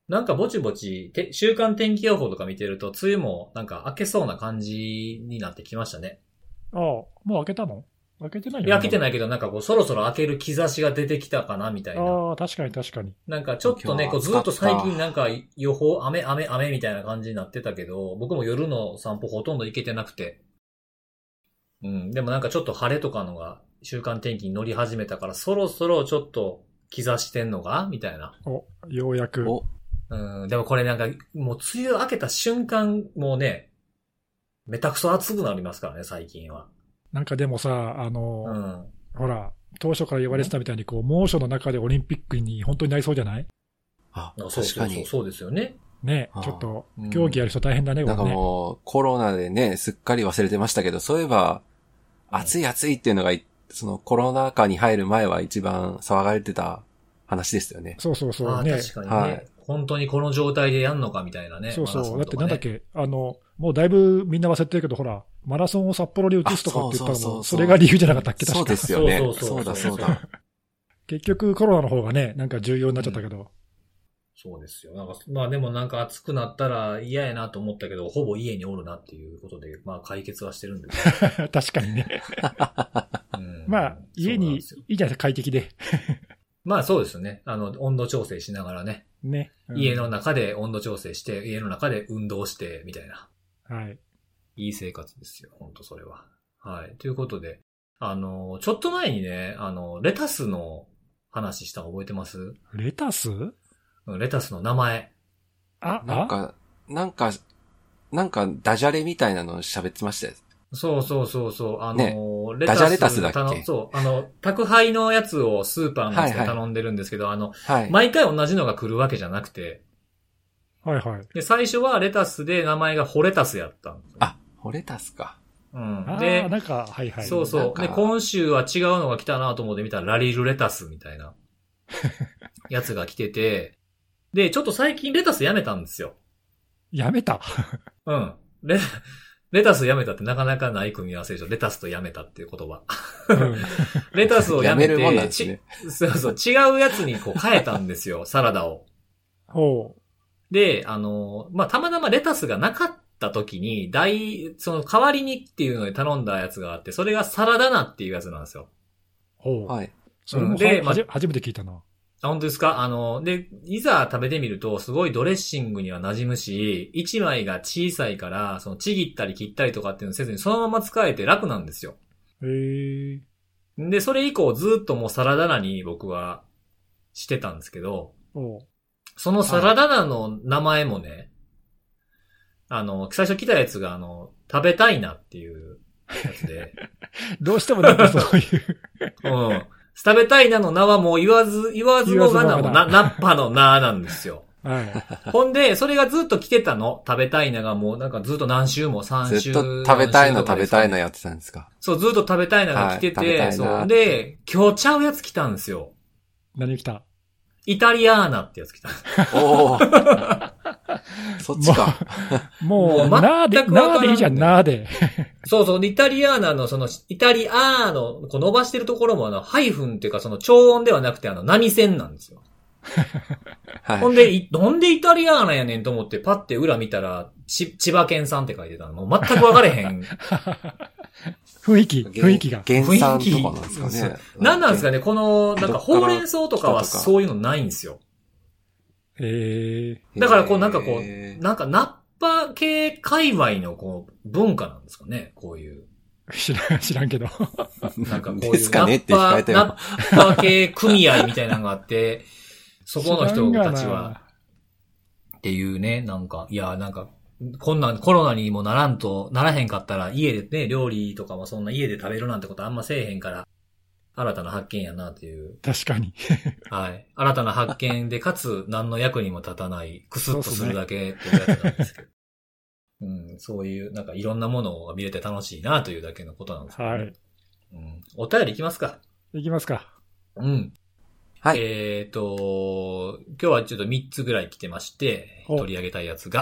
なんかぼちぼち、週間天気予報とか見てると、梅雨もなんか明けそうな感じになってきましたね。 ああ、もう開けたの？開けてないよね。 いや、開けてないけど、なんかこう、そろそろ開ける兆しが出てきたかな、みたいな。 ああ、確かに確かに。 なんかちょっとね、こうずっと最近なんか予報、雨みたいな感じになってたけど、僕も夜の散歩ほとんど行けてなくて。うん、でもなんかちょっと晴れとかのが週間天気に乗り始めたから、そろそろちょっと兆してんのかみたいな。 お、ようやく。 うん、でもこれなんか、もう梅雨明けた瞬間、もうね、めたくそ暑くなりますからね、最近は。 なんかでもさ、 うん。 ほら、当初から言われてたみたいに、こう、猛暑の中でオリンピックに本当になりそうじゃない？ 確かに。そうですよね。 ね、ちょっと、競技やる人大変だね、 なんかもう、コロナでね、すっかり忘れてましたけど、そういえば、暑い暑いっていうのが、そのコロナ禍に入る前は一番騒がれてた話ですよね。 そうそうそうね。 確かにね。はい、本当にこの状態でやんのかみたいなね。 そうそう。ね、だってなんだっけ、もうだいぶみんな忘れてるけど、ほら、マラソンを札幌に移すとかって言ったらもう、それが理由じゃなかったっけ？ そうですよね。そうだ。 結局コロナの方がね、なんか重要になっちゃったけど。 そうですよ。なんか、まあでもなんか暑くなったら嫌やなと思ったけど、ほぼ家におるなっていうことで、まあ解決はしてるんです。 確かにね。まあ、家にいいじゃないですか、快適で。 まあそうですよね。温度調整しながらね。 ね。 家の中で温度調整して、家の中で運動して、みたいな。 はい。 いい生活ですよ。本当それは。はい。ということで、ちょっと前にね、レタスの話したの覚えてます？ レタス？ レタスの名前。 なんか、ダジャレみたいなの喋ってましたよ。 そう。 ね、 レタス。 ダジャレタスだっけ？ そう。宅配のやつをスーパーのやつで頼んでるんですけど、毎回同じのが来るわけじゃなくて。 はいはい。 で、最初はレタスで名前がホレタスやったんですよ。 ホレタスか。 うん。で、 なんか、はいはい。 そう。で、今週は違うのが来たなと思って見たらラリルレタスみたいなやつが来てて、で、ちょっと最近レタスやめたんですよ。 やめた？ うん。レタスやめたってなかなかない組み合わせでしょ。レタスとやめたっていう言葉。レタスをやめて、 やめるもんなんですね。 そう、違うやつにこう変えたんですよ、サラダを。 ほう。 で、まあ、たまたまレタスがなかった時に、その代わりにっていうので頼んだやつがあって、それがサラダ菜っていうやつなんですよ。 ほう。 はい。 それも初めて聞いたな。 本当ですか？で、いざ食べてみると、すごいドレッシングには馴染むし、一枚が小さいから、そのちぎったり切ったりとかっていうのせずに、そのまま使えて楽なんですよ。 へえ。 で、それ以降ずっともうサラダ菜に僕はしてたんですけど、そのサラダ菜の名前もね、最初来たやつが食べたいなっていうやつで。 どうしてもなんかそういう。 うん。食べたいなの名はもう言わずのがなもナッパの名なんですよ。 はい。 ほんで、それがずっと来てたの。食べたいながもうなんかずっと何週も3週。 ずっと食べたいのやってたんですか？ そう、ずっと食べたいなが来てて、そう。で、今日ちゃうやつ来たんですよ。 何来た？ イタリアーナってやつ来た。 おー。そっちか。 もう、なーでいいじゃん、なーで。 そう、イタリアーナのイタリアーの、こう伸ばしてるところもハイフンっていうか超音ではなくて波線なんですよ。はい。ほんで、なんでイタリアーナやねんと思ってパッて裏見たら、千葉県産って書いてたの。もう全く分かれへん。 雰囲気が。 原産とかなんですかね。 なんなんですかね、なんかほうれん草とかはそういうのないんですよ。だからなんかナッパ系界隈の文化なんですかね、こういう。 知らんけど。 なんかこういうですかねって聞かれてナッパ系組合みたいなのがあって、そこの人たちは、っていうね、なんか、いや、なんか、こんなんコロナにもならへんかったら家でね、料理とかもそんな家で食べるなんてことあんませえへんから、新たな発見やなという。 確かに。 はい。新たな発見で、かつ何の役にも立たない、クスッとするだけっていうやつなんですけど。うん、そういう、なんかいろんなものが見れて楽しいなというだけのことなんですけど、ね。はい。うん。お便りいきますか。 いきますか。 うん。はい。今日はちょっと3つぐらい来てまして、取り上げたいやつが。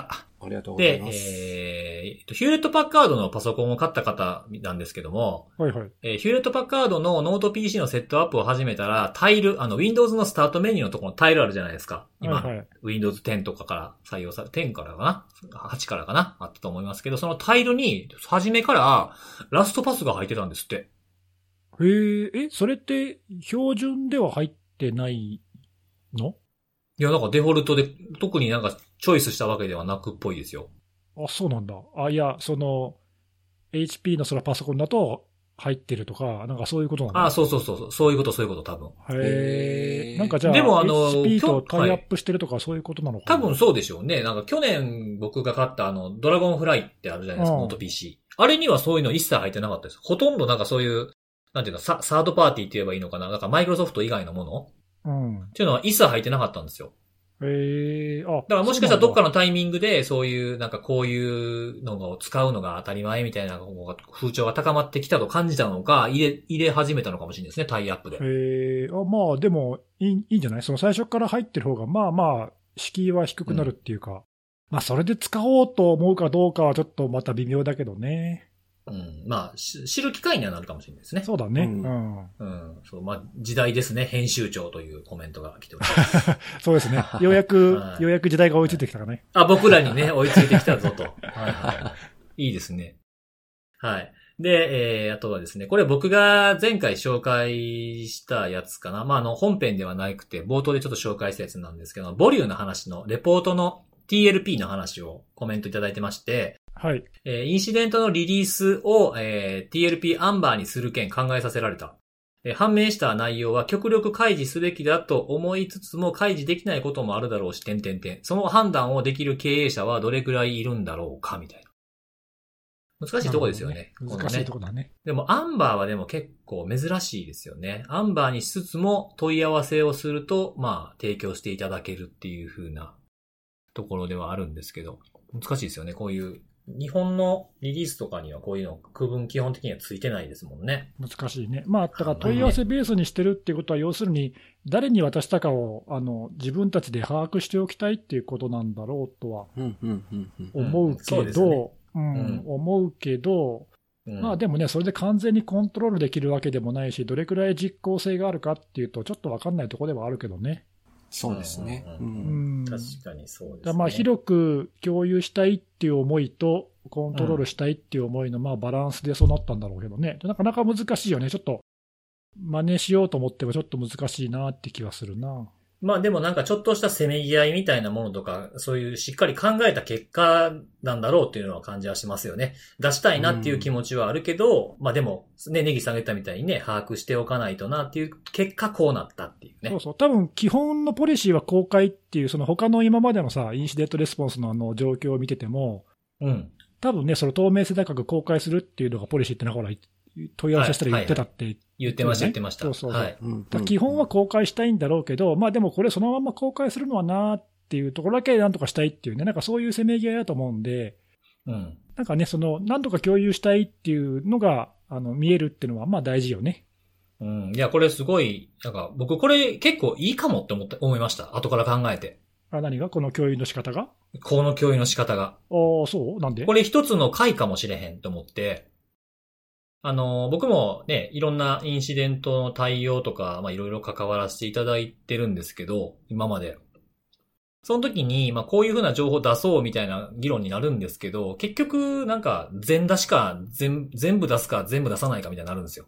ありがとうございます。 で、ヒューレットパッカードのパソコンを買った方なんですけども、 はいはい。 ヒューレットパッカードのノート PC のセットアップを始めたら、タイル、Windows のスタートメニューのところのタイルあるじゃないですか。今、はいはい、Windows 10とかから採用され、10からかな ?8 からかなあったと思いますけど、そのタイルに、初めからラストパスが入ってたんですって。 それって標準では入ってないの？ いや、なんかデフォルトで、特になんかチョイスしたわけではなくっぽいですよ。 あ、そうなんだ。いや、HP のそのパソコンだと入ってるとか、なんかそういうことなの？ そういうこと、多分。 なんかじゃあ、でもHP とタイアップしてるとかそういうことなのかな？ 多分そうでしょうね。なんか去年僕が買ったドラゴンフライってあるじゃないですか、ノート PC。あれにはそういうの一切入ってなかったです。ほとんどなんかそういう、なんていうか、サードパーティーって言えばいいのかな？なんかマイクロソフト以外のものっていうのは一切入ってなかったんですよ。だからもしかしたらどっかのタイミングでそういうなんかこういうのを使うのが当たり前みたいな風潮が高まってきたと感じたのか入れ始めたのかもしれないですね、タイアップで。 まあでもいいんじゃない？その最初から入ってる方がまあまあ敷居は低くなるっていうか、まあそれで使おうと思うかどうかはちょっとまた微妙だけどね。 まあ、知る機会にはなるかもしれないですね。 そうだね。 そう、まあ、時代ですね。編集長というコメントが来ております。 そうですね。ようやく時代が追いついてきたかね。 僕らにね、追いついてきたぞと。いいですね。はい。で、あとはですね、これ僕が前回紹介したやつかな。まあ、本編ではなくて、冒頭でちょっと紹介したやつなんですけど、ボリューの話のレポートの TLP の話をコメントいただいてまして、 はい。 インシデントのリリースを、TLP アンバーにする件考えさせられた。判明した内容は極力開示すべきだと思いつつも開示できないこともあるだろうし、その判断をできる経営者はどれくらいいるんだろうか、みたいな。難しいとこですよね。 難しいとこだね。 でもアンバーはでも結構珍しいですよね。アンバーにしつつも問い合わせをすると、まあ、提供していただけるっていう風なところではあるんですけど、難しいですよね、こういう。日本のリリースとかにはこういうの区分基本的にはついてないですもんね。 難しいね。まあ、だから問い合わせベースにしてるっていうことは、要するに誰に渡したかを自分たちで把握しておきたいっていうことなんだろうとは思うけど、思うけど、まあでもね、それで完全にコントロールできるわけでもないし、どれくらい実効性があるかっていうと、ちょっとわかんないところではあるけどね。 そうですね。 確かにそうですね。 まあ広く共有したいっていう思いと、コントロールしたいっていう思いのまあバランスでそうなったんだろうけどね。なかなか難しいよね。ちょっと真似しようと思ってもちょっと難しいなって気はするな。 まあでもなんかちょっとしたせめぎ合いみたいなものとか、そういうしっかり考えた結果なんだろうっていうのは感じはしますよね。出したいなっていう気持ちはあるけど、まあでも、ね、ネギさんが言ったみたいにね、把握しておかないとなっていう結果こうなったっていうね。 そうそう。多分基本のポリシーは公開っていう、その他の今までのさ、インシデントレスポンスの状況を見てても、多分ね、その透明性高く公開するっていうのがポリシーってのはほら、問い合わせしたら言ってたって、 言ってました。 そう。はい。基本は公開したいんだろうけど、まあでもこれそのまま公開するのはなーっていうところだけなんとかしたいっていうね、なんかそういうせめぎ合いだと思うんで、なんかね、なんとか共有したいっていうのが、見えるっていうのは、まあ大事よね。 いや、これすごい、なんか僕これ結構いいかもって思いました。後から考えて。 何がこの共有の仕方が？ この共有の仕方が。 そうなんで？ これ一つの回かもしれへんと思って、僕もね、いろんなインシデントの対応とか、まあいろいろ関わらせていただいてるんですけど、今まで。その時に、まあこういうふうな情報出そうみたいな議論になるんですけど、結局なんか全出しか全部出すか全部出さないかみたいになるんですよ。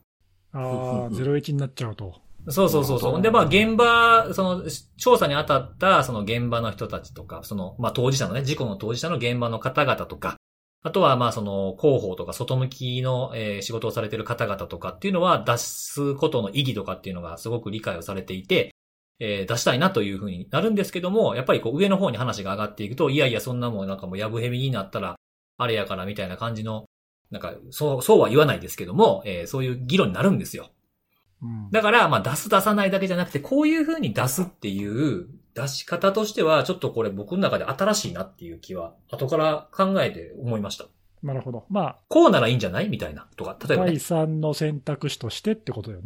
01になっちゃうと。 そう。で、まあ現場、調査に当たった、現場の人たちとか、まあ当事者のね、事故の当事者の現場の方々とか、あとは、まあ、広報とか外向きの、仕事をされている方々とかっていうのは出すことの意義とかっていうのがすごく理解をされていて、出したいなというふうになるんですけども、やっぱりこう上の方に話が上がっていくと、いや、そんなもんなんかもうやぶへびになったら、あれやからみたいな感じの、なんか、そうは言わないですけども、そういう議論になるんですよ。だから、まあ、出さないだけじゃなくて、こういうふうに出すっていう出し方としては、ちょっとこれ僕の中で新しいなっていう気は、後から考えて思いました。 なるほど。まあ、 こうならいいんじゃないみたいなとか、例えば、ね。 第3の選択肢としてってことよね。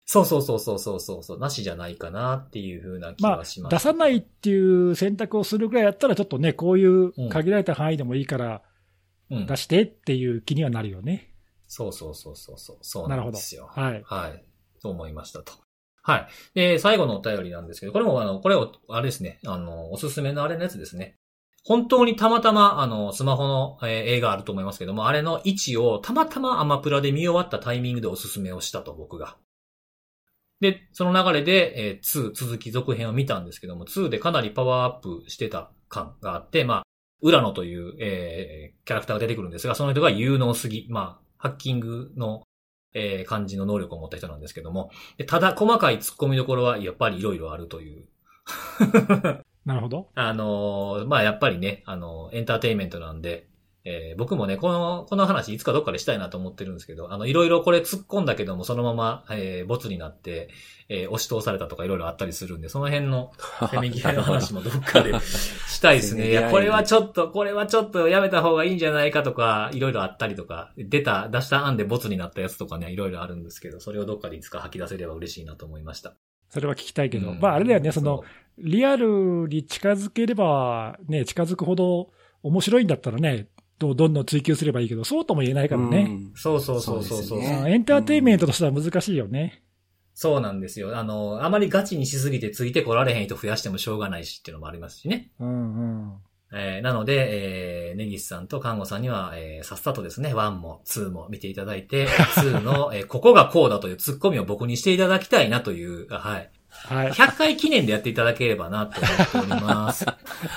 そう。なしじゃないかなっていう風な気がします。 出さないっていう選択をするぐらいやったら、ちょっとね、こういう限られた範囲でもいいから、出してっていう気にはなるよね。 そうなんですよ。 はい。 はい。と思いましたと。はい。で、最後のお便りなんですけど、これもこれを、あれですね、おすすめのあれのやつですね。本当にたまたま、スマホの、映画あると思いますけども、あれの位置をたまたまアマプラで見終わったタイミングでおすすめをしたと、僕が。で、その流れで、2、続き続編を見たんですけども、2でかなりパワーアップしてた感があって、まあ、浦野という、キャラクターが出てくるんですが、その人が有能すぎ、まあ、ハッキングの、感じの能力を持った人なんですけども、ただ細かい突っ込みどころはやっぱりいろいろあるという。 なるほど。 まあ、やっぱりね、エンターテインメントなんで、僕もね、この話いつかどっかでしたいなと思ってるんですけど、いろいろこれ突っ込んだけども、そのまま、ボツになって、押し通されたとかいろいろあったりするんで、その辺のせめぎ合いの話もどっかでしたいですね。いや、これはちょっとやめた方がいいんじゃないかとか、いろいろあったりとか、出した案でボツになったやつとかね、いろいろあるんですけど、それをどっかでいつか吐き出せれば嬉しいなと思いました。 それは聞きたいけど、まああれだよね、リアルに近づければ、ね、近づくほど面白いんだったらね、どんどん追求すればいいけど、そうとも言えないからね。 そう。 エンターテインメントとしては難しいよね。 そうなんですよ。あまりガチにしすぎてついてこられへん人増やしてもしょうがないしっていうのもありますしね。なので、根岸さんと看護さんには、さっさとですね、1も2も見ていただいて、2の、ここがこうだというツッコミを僕にしていただきたいなという、はい。はい。100回記念でやっていただければなと思っております。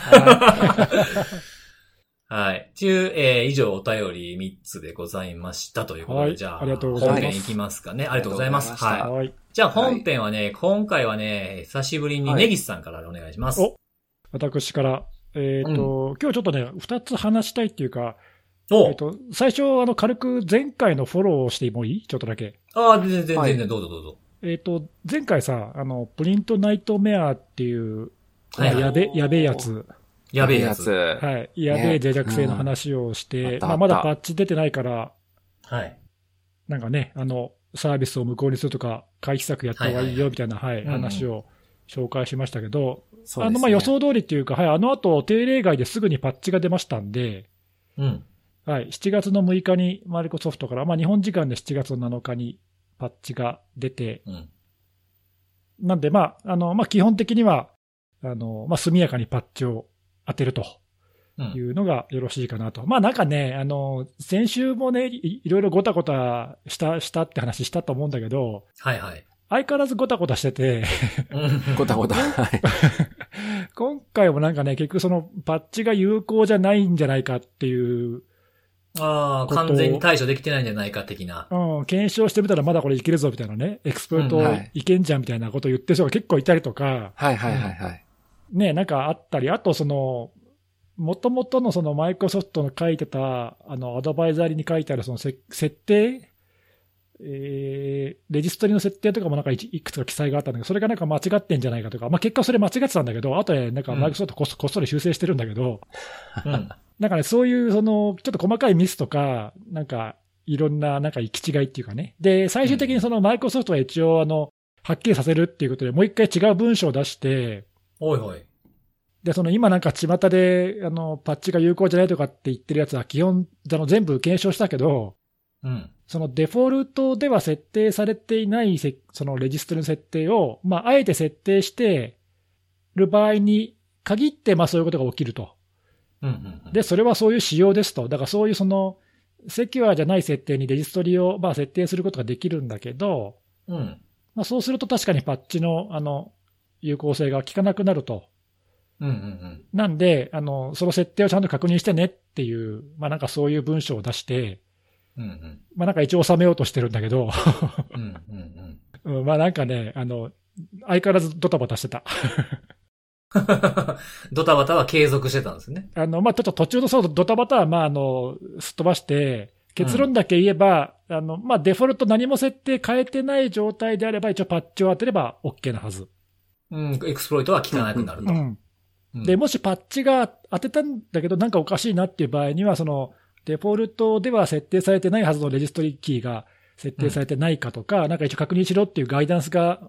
はい。以上お便り3つでございましたということで、はい、じゃあ、本編いきますかね。ありがとうございます。はい。じゃあ本編はね、今回はね、久しぶりに根岸さんからお願いします。 私から、今日ちょっとね、2つ話したいっていうか、最初、軽く前回のフォローをしてもいい？ちょっとだけ。 全然、どうぞ。 前回さ、プリントナイトメアっていう、やべえやつ。 やべえやつ。 はい。やべえ脆弱性の話をして、まだパッチ出てないから、 はい。 なんかね、サービスを無効にするとか、回避策やった方がいいよ、みたいな、話を紹介しましたけど、予想通りっていうか、あの後、定例外ですぐにパッチが出ましたんで、はい。7月の6日にマイクロソフトから、日本時間で7月の7日にパッチが出て、なんで、基本的には、速やかにパッチを当てるというのがよろしいかなと。なんかね、先週もね、いろいろごたごたしたって話したと思うんだけど、 はいはい。 相変わらずごたごたしてて、 ごたごた。はい。 今回もなんかね、結局そのパッチが有効じゃないんじゃないかっていう。 完全に対処できてないんじゃないか的な。 検証してみたらまだこれいけるぞみたいなね、エクスプロイトいけんじゃんみたいなことを言ってる人が結構いたりとか。 はい。 ね、なんかあったり、あと元々のそのマイクロソフトの書いてた、アドバイザリーに書いてあるその設定、レジストリの設定とかもなんかいくつか記載があったんだけど、それがなんか間違ってんじゃないかとか、結果それ間違ってたんだけど、あとでなんかマイクロソフトこっそり修正してるんだけど、なんかね、そういうちょっと細かいミスとか、なんかいろんななんか行き違いっていうかね。で、最終的にそのマイクロソフトは一応はっきりさせるっていうことで、もう一回違う文章を出して、で、今なんか巷で、パッチが有効じゃないとかって言ってるやつは基本、全部検証したけど、そのデフォルトでは設定されていないそのレジストリの設定を、あえて設定してる場合に限って、そういうことが起きると。で、それはそういう仕様ですと。だからそういうセキュアじゃない設定にレジストリを設定することができるんだけど、そうすると確かにパッチの有効性が効かなくなると。なんで、その設定をちゃんと確認してねっていう、なんかそういう文章を出して、なんか一応収めようとしてるんだけど、なんかね、相変わらずドタバタしてた。 ドタバタは継続してたんですね。 ちょっと途中のドタバタは、すっ飛ばして、結論だけ言えば、デフォルト何も設定変えてない状態であれば、一応パッチを当てれば OK なはず。 エクスプロイトは効かなくなると。 で、もしパッチが当てたんだけど、なんかおかしいなっていう場合には、デフォルトでは設定されてないはずのレジストリキーが設定されてないかとか、なんか一応確認しろっていうガイダンスが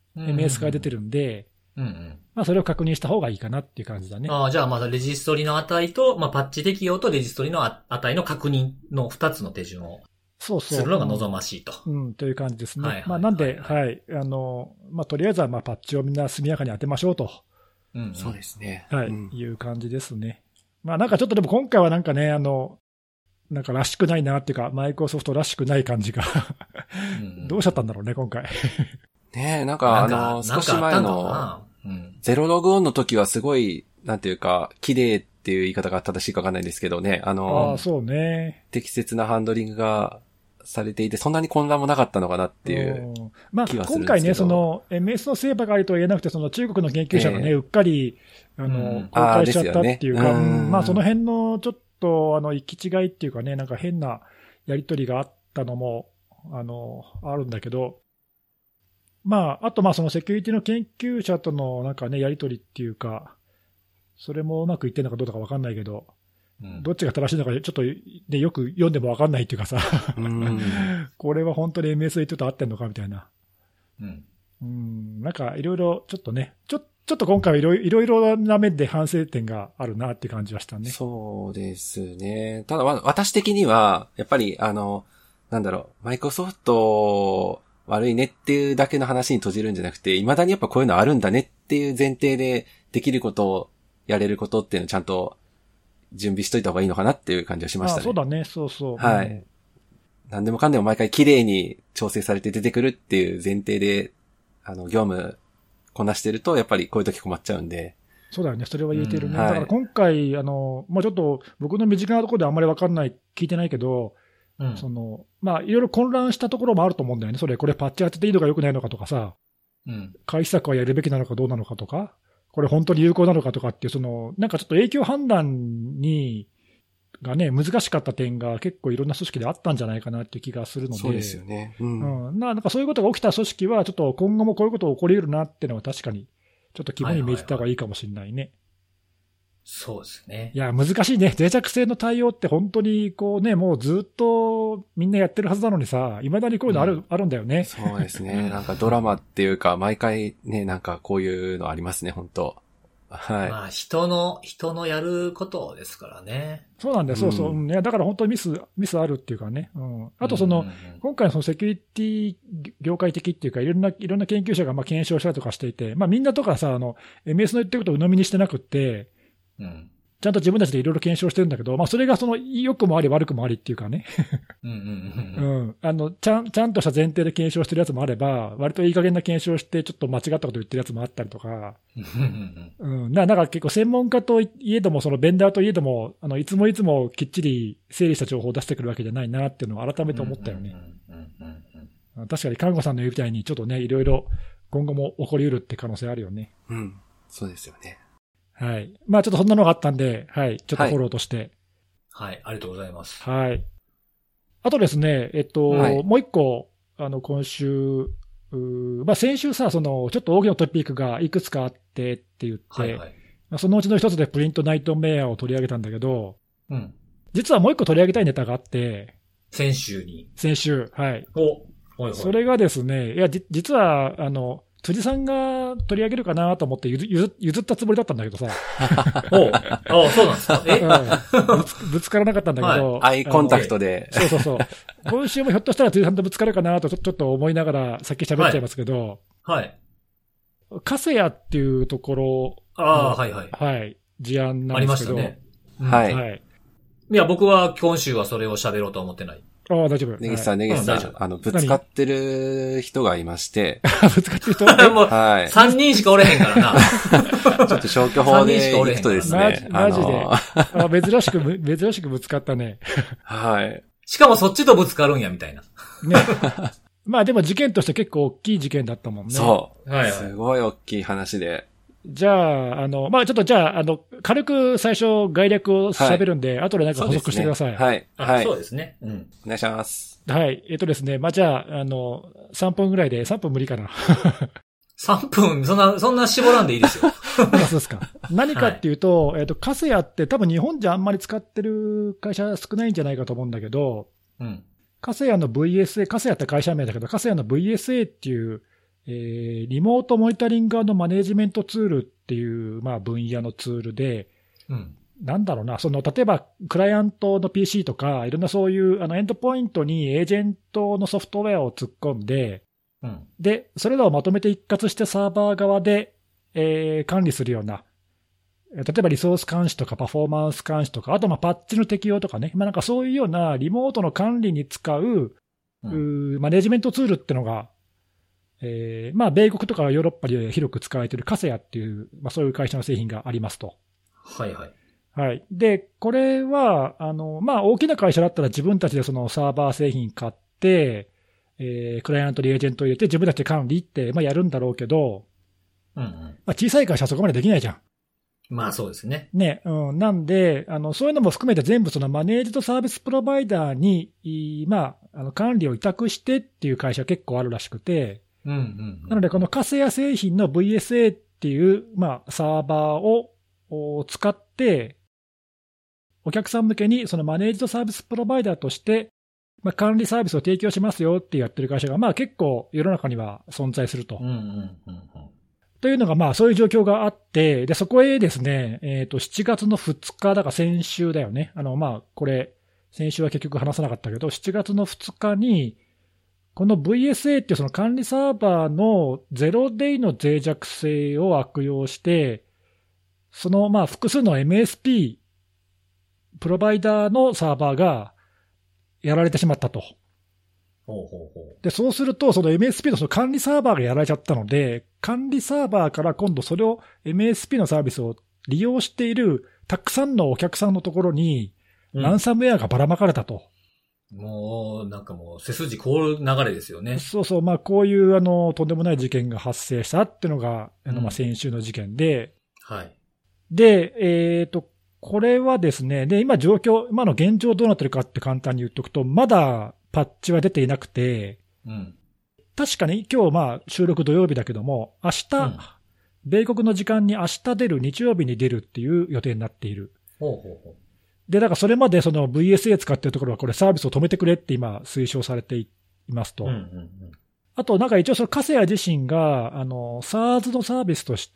MS から出てるんで、まあそれを確認した方がいいかなっていう感じだね。 じゃあまたレジストリの値と、まあパッチ適用とレジストリの値の確認の2つの手順をするのが望ましいと。 という感じですね。まあなんで、はい。まあとりあえずはまあパッチをみんな速やかに当てましょうと。 そうですね。 はい。いう感じですね。まあなんかちょっとでも今回はなんかね、なんからしくないなっていうか、マイクロソフトらしくない感じがどうしちゃったんだろうね、今回。 ねえ、なんか少し前の、ゼロログオンの時はすごい、なんていうか、綺麗っていう言い方が正しいかわかんないんですけどね、 そうね。 適切なハンドリングがされていて、そんなに混乱もなかったのかなっていう気はするんですけど。 まあ、今回ね、MS の成果がありとは言えなくて、中国の研究者がね、うっかり、公開しちゃったっていうか、まあ、その辺のちょっと、行き違いっていうかね、なんか変なやりとりがあったのも、あるんだけど、まあ、あと、まあ、そのセキュリティの研究者とのなんかね、やりとりっていうか、それもうまくいってるのかどうかわかんないけど、どっちが正しいのか、ちょっと、ね、よく読んでもわかんないっていうかさ、これは本当に MS 言ってと合ってんのかみたいな。なんかいろいろちょっとね、ちょっと今回はいろいろな面で反省点があるなっていう感じはしたね。 そうですね。ただ私的には、やっぱりなんだろう、マイクロソフト悪いねっていうだけの話に閉じるんじゃなくて、未だにやっぱこういうのあるんだねっていう前提でできることをやれることっていうのをちゃんと準備しといた方がいいのかなっていう感じはしましたね。 そうだね、そうそう。 はい。何でもかんでも毎回綺麗に調整されて出てくるっていう前提で、業務こなしてると、やっぱりこういう時困っちゃうんで。 そうだよね、それは言えてるね。だから今回、まあちょっと僕の身近なところであんまりわかんない、聞いてないけど、まあいろいろ混乱したところもあると思うんだよね。これパッチ当てていいのか良くないのかとかさ、回避策はやるべきなのかどうなのかとか、これ本当に有効なのかとかっていう、なんかちょっと影響判断がね、難しかった点が結構いろんな組織であったんじゃないかなっていう気がするので。 そうですよね。 なんかそういうことが起きた組織は、ちょっと今後もこういうこと起こり得るなっていうのは確かに、ちょっと肝に銘じた方がいいかもしれないね。 そうですね。 いや、難しいね。脆弱性の対応って本当にこうね、もうずっとみんなやってるはずなのにさ、未だにこういうのあるんだよね。 そうですね。なんかドラマっていうか、毎回ね、なんかこういうのありますね、本当はい。 まあ、人のやることですからね。 そうなんだよ、そうそう。いや、だから本当にミスあるっていうかね。あと今回のセキュリティ業界的っていうか、いろんな研究者がまあ検証したりとかしていて、まあみんなとかさ、MS の言ってることを鵜呑みにしてなくって、ちゃんと自分たちでいろいろ検証してるんだけど、まあそれが良くもあり悪くもありっていうかね。ちゃんとした前提で検証してるやつもあれば、割といい加減な検証してちょっと間違ったこと言ってるやつもあったりとか、なんか結構専門家といえども、ベンダーといえども、いつもきっちり整理した情報を出してくるわけじゃないなっていうのを改めて思ったよね。確かに看護さんの言うみたいにちょっとね、いろいろ今後も起こり得るって可能性あるよね。 そうですよね。 はい。まあちょっとそんなのがあったんで、はい。ちょっとフォローとして。 はい。ありがとうございます。 はい。あとですね、もう一個、今週、まあ先週さ、ちょっと大きなトピックがいくつかあってって言って、まあ、そのうちの一つでプリントナイトメアを取り上げたんだけど、実はもう一個取り上げたいネタがあって、 先週、 はい。それがですね、いや、実は、辻さんが取り上げるかなと思って譲ったつもりだったんだけどさ。 そうなんですかぶつからなかったんだけど。 アイコンタクトで。 そう。今週もひょっとしたら辻さんとぶつかるかなとちょっと思いながらさっき喋っちゃいますけど。カセヤっていうところの、事案なんですけど。 ありましたね。いや、僕は今週はそれを喋ろうとは思ってない。 大丈夫。 根岸さん、ぶつかってる人がいまして。 ぶつかってる人もう、3人しかおれへんからな。ちょっと消去法で行くとですね。 マジで。珍しくぶつかったね。 はい。 しかもそっちとぶつかるんや、みたいな。 ね。まあでも事件として結構大きい事件だったもんね。 そう。すごい大きい話で。 じゃあ、まあちょっと軽く最初概略を喋るんで、後でなんか補足してください。 はい。 そうですね。 お願いします。 はい。ですね、まあじゃあ、3分ぐらいで、3分無理かな。 3分、そんな絞らんでいいですよ。 そうですか。何かっていうと、カセヤって多分日本じゃあんまり使ってる会社少ないんじゃないかと思うんだけど、 カセヤの VSA、カセヤって会社名だけど、カセヤの VSA っていう、リモートモニタリング&マネジメントツールっていう、まあ、分野のツールで、なんだろうな、例えばクライアントの PC とか、いろんなそういうエンドポイントにエージェントのソフトウェアを突っ込んで、で、それらをまとめて一括してサーバー側で、管理するような、例えばリソース監視とかパフォーマンス監視とか、あとまあパッチの適用とかね、まあなんかそういうようなリモートの管理に使う、マネジメントツールってのが、まあ米国とかヨーロッパで広く使われているカセヤっていう、まあそういう会社の製品がありますと。 はいはい。 はい。で、これは、まあ大きな会社だったら自分たちでそのサーバー製品買って、クライアントにエージェントを入れて自分たちで管理って、まあやるんだろうけど、まあ小さい会社はそこまでできないじゃん。 まあそうですね。 ね、なんで、そういうのも含めて全部そのマネージドサービスプロバイダーに、まあ、管理を委託してっていう会社結構あるらしくて、なのでこのカセヤ製品の VSA っていう、まあ、サーバーを使って、お客さん向けにそのマネージドサービスプロバイダーとして、まあ、管理サービスを提供しますよってやってる会社が、まあ結構世の中には存在すると。というのが、まあ、そういう状況があって、で、そこへですね、7月の2日、だから先週だよね。まあ、これ、先週は結局話さなかったけど、7月の2日に、この VSA っていうその管理サーバーのゼロデイの脆弱性を悪用して、その、まあ、複数の MSP、プロバイダーのサーバーがやられてしまったと。で、そうすると、その MSP のその管理サーバーがやられちゃったので、管理サーバーから今度それを MSP のサービスを利用しているたくさんのお客さんのところに、ランサムウェアがばらまかれたと。 もう、なんかもう、背筋凍る流れですよね。 そうそう、まあこういうとんでもない事件が発生したっていうのが、まあ先週の事件で。 はい。 で、これはですね、で、今の現状どうなってるかって簡単に言っとくと、まだ、パッチは出ていなくて、確かに今日まあ収録土曜日だけども、明日、米国の時間に明日出る、日曜日に出るっていう予定になっている。で、だからそれまでその VSA 使ってるところはこれサービスを止めてくれって今推奨されていますと。あとなんか一応そのカセヤ自身が、SaaS のサービスとして、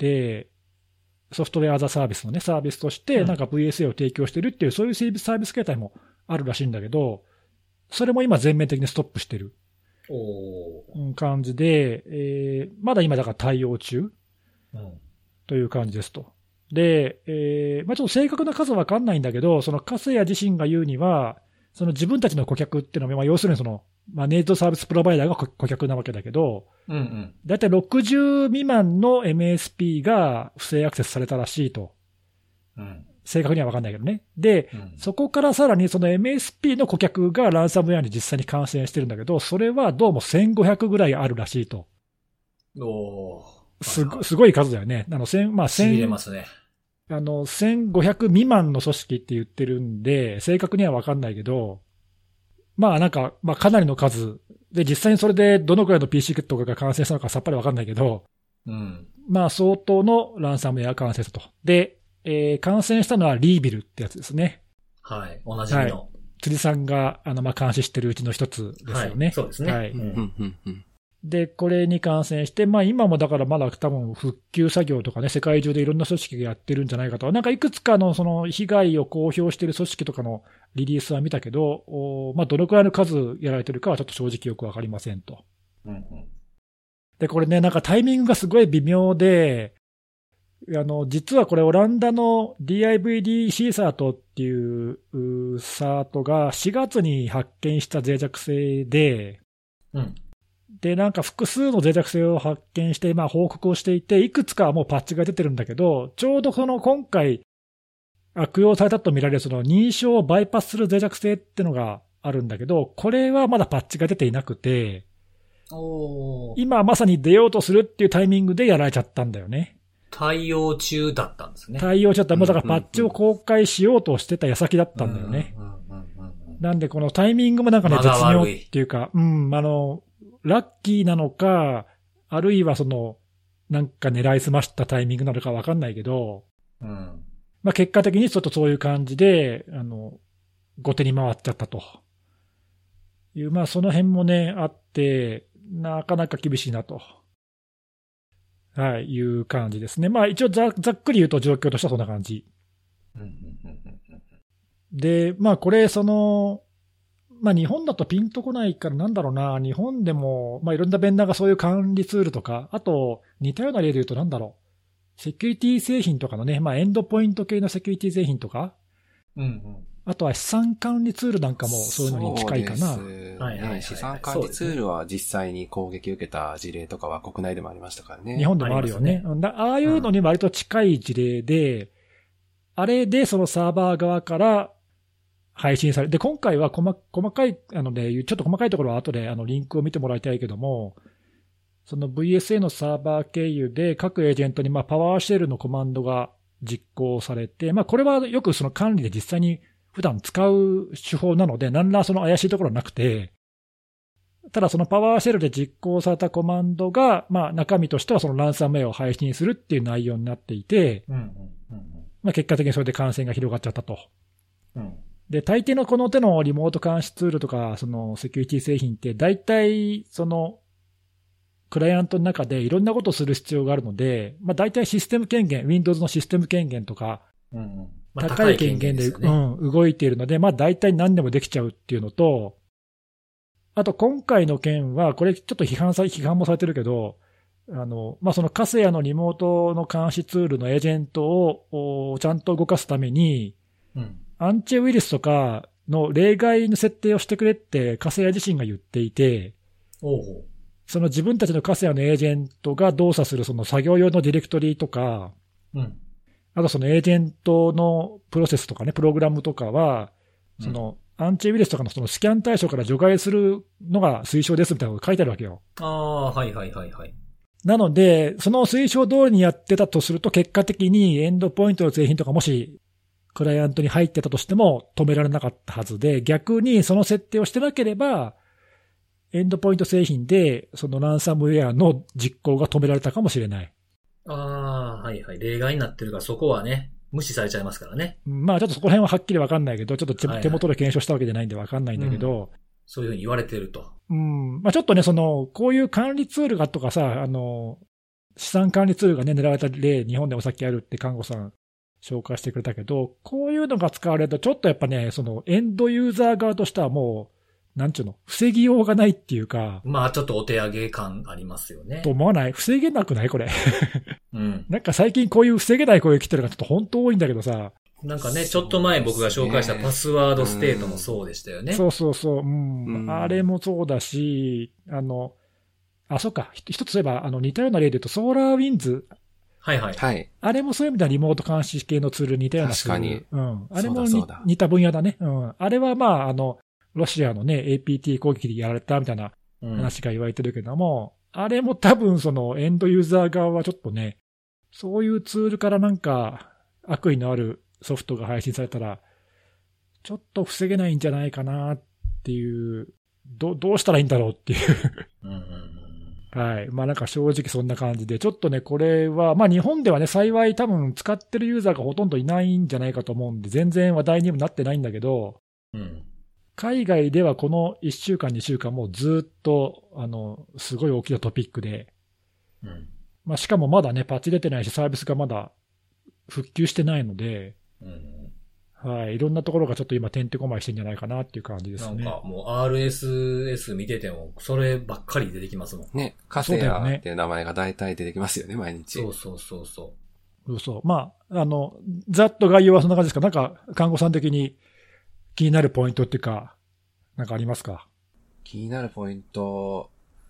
ソフトウェアアザサービスのね、サービスとしてなんか VSA を提供してるっていう、そういうサービス形態もあるらしいんだけど、それも今全面的にストップしてる感じで、まだ今だから対応中という感じですと。で、まあちょっと正確な数はわかんないんだけど、そのカセヤ自身が言うには、その自分たちの顧客っていうのは、まあ要するにそのマネージドサービスプロバイダーが顧客なわけだけど、だいたい60未満の MSP が不正アクセスされたらしいと。正確には分かんないけどね。で、そこからさらにその MSP の顧客がランサムウェアに実際に感染してるんだけど、それはどうも1500ぐらいあるらしいと。すごい数だよね。まあ、 痺れますね。 1500未満の組織って言ってるんで、正確には分かんないけど、まあなんか、まあかなりの数。で、実際にそれでどのくらいの PC とかが感染したのかさっぱり分かんないけど、まあ相当のランサムウェア感染したと。で、感染したのはリービルってやつですね。 はい。同じの。 辻さんが、まあ、監視してるうちの一つですよね。 そうですね。はい。 で、これに感染して、まあ今もだからまだ多分復旧作業とかね、世界中でいろんな組織がやってるんじゃないかと。なんかいくつかのその被害を公表している組織とかのリリースは見たけど、まあどのくらいの数やられてるかはちょっと正直よくわかりませんと。で、これね、なんかタイミングがすごい微妙で、実はこれオランダの DIVD シーサートっていうサートが4月に発見した脆弱性で、で、なんか複数の脆弱性を発見して、まあ報告をしていて、いくつかはもうパッチが出てるんだけど、ちょうどその今回悪用されたと見られるその認証をバイパスする脆弱性ってのがあるんだけど、これはまだパッチが出ていなくて、今まさに出ようとするっていうタイミングでやられちゃったんだよね。 対応中だったんですね。 対応中だった。もうだからパッチを公開しようとしてた矢先だったんだよね。なんでこのタイミングもなんかね、絶妙っていうか、ラッキーなのか、あるいはその、なんか狙いすましたタイミングなのかわかんないけど、まあ結果的にちょっとそういう感じで、後手に回っちゃったという、まあその辺もね、あって、なかなか厳しいなと。はい、いう感じですね。まあ一応ざっくり言うと状況としてはそんな感じ。で、まあこれ、まあ日本だとピンとこないからなんだろうな、日本でも、まあいろんなベンダーがそういう管理ツールとか、あと似たような例で言うとなんだろう、セキュリティ製品とかのね、まあエンドポイント系のセキュリティ製品とか、あとは資産管理ツールなんかもそういうのに近いかな。 そうですね。資産管理ツールは実際に攻撃を受けた事例とかは国内でもありましたからね。 日本でもあるよね。ああいうのに割と近い事例で、あれでそのサーバー側から配信されて、今回は細かい、ちょっと細かいところは後でリンクを見てもらいたいけども、その VSA のサーバー経由で各エージェントにパワーシェルのコマンドが実行されて、これはよくその管理で実際に普段使う手法なので、何らその怪しいところはなくて、ただそのパワーシェルで実行されたコマンドが、中身としてはそのランサムウェアを配信するっていう内容になっていて、結果的にそれで感染が広がっちゃったと。で、大抵のこの手のリモート監視ツールとか、そのセキュリティ製品って、大体、その、クライアントの中でいろんなことをする必要があるので、大体システム権限、Windows のシステム権限とか、高い権限で、動いているので、大体何でもできちゃうっていうのと、あと今回の件は、これちょっと批判もされてるけど、そのカセアのリモートの監視ツールのエージェントをちゃんと動かすために、アンチウイルスとかの例外の設定をしてくれってカセア自身が言っていて、その自分たちのカセアのエージェントが動作するその作業用のディレクトリとか、あとそのエージェントのプロセスとかね、プログラムとかは、そのアンチウイルスとかのそのスキャン対象から除外するのが推奨ですみたいなこと書いてあるわけよ。なので、その推奨通りにやってたとすると、結果的にエンドポイントの製品とかもし、クライアントに入ってたとしても止められなかったはずで、逆にその設定をしてなければ、エンドポイント製品で、そのランサムウェアの実行が止められたかもしれない。 例外になってるから、そこはね、無視されちゃいますからね。 ちょっとそこら辺ははっきりわかんないけど、ちょっと手元で検証したわけじゃないんでわかんないんだけど、 そういうふうに言われてると。 ちょっとね、こういう管理ツールがとかさ、資産管理ツールがね、狙われた例、日本でもさっきあるって看護さん紹介してくれたけど、こういうのが使われると、ちょっとやっぱね、そのエンドユーザー側としてはもう、なんちゅうの、防ぎようがないっていうか。 ちょっとお手上げ感ありますよね。 と思わない？防げなくないこれ。なんか最近こういう防げない声来てるのがちょっと本当多いんだけどさ。 なんかね、ちょっと前僕が紹介したパスワードステートもそうでしたよね。 そう。あれもそうだし、そうか。一つ言えば、似たような例で言うと、ソーラーウィンズ。あれもそういう意味ではリモート監視系のツール似たようなツール。 確かに。 あれも似た分野だね。あれはロシアのね、APT 攻撃でやられたみたいな話が言われてるけども、あれも多分そのエンドユーザー側はちょっとね、そういうツールからなんか悪意のあるソフトが配信されたら、ちょっと防げないんじゃないかなっていう、どうしたらいいんだろうっていうはい。なんか正直そんな感じで、ちょっとね、これは、日本ではね、幸い多分使ってるユーザーがほとんどいないんじゃないかと思うんで、全然話題にもなってないんだけど、海外ではこの1週間、2週間もうずっと、すごい大きなトピックで、しかもまだね、パッチ出てないし、サービスがまだ復旧してないので、はい。いろんなところがちょっと今、てんてこまいしてんじゃないかなっていう感じですね。 なんかもう RSS 見てても、そればっかり出てきますもん。 ね。カセアっていう名前が大体出てきますよね、毎日。 そう。 ざっと概要はそんな感じですか？なんか、看護さん的に気になるポイントっていうか、なんかありますか？ 気になるポイント。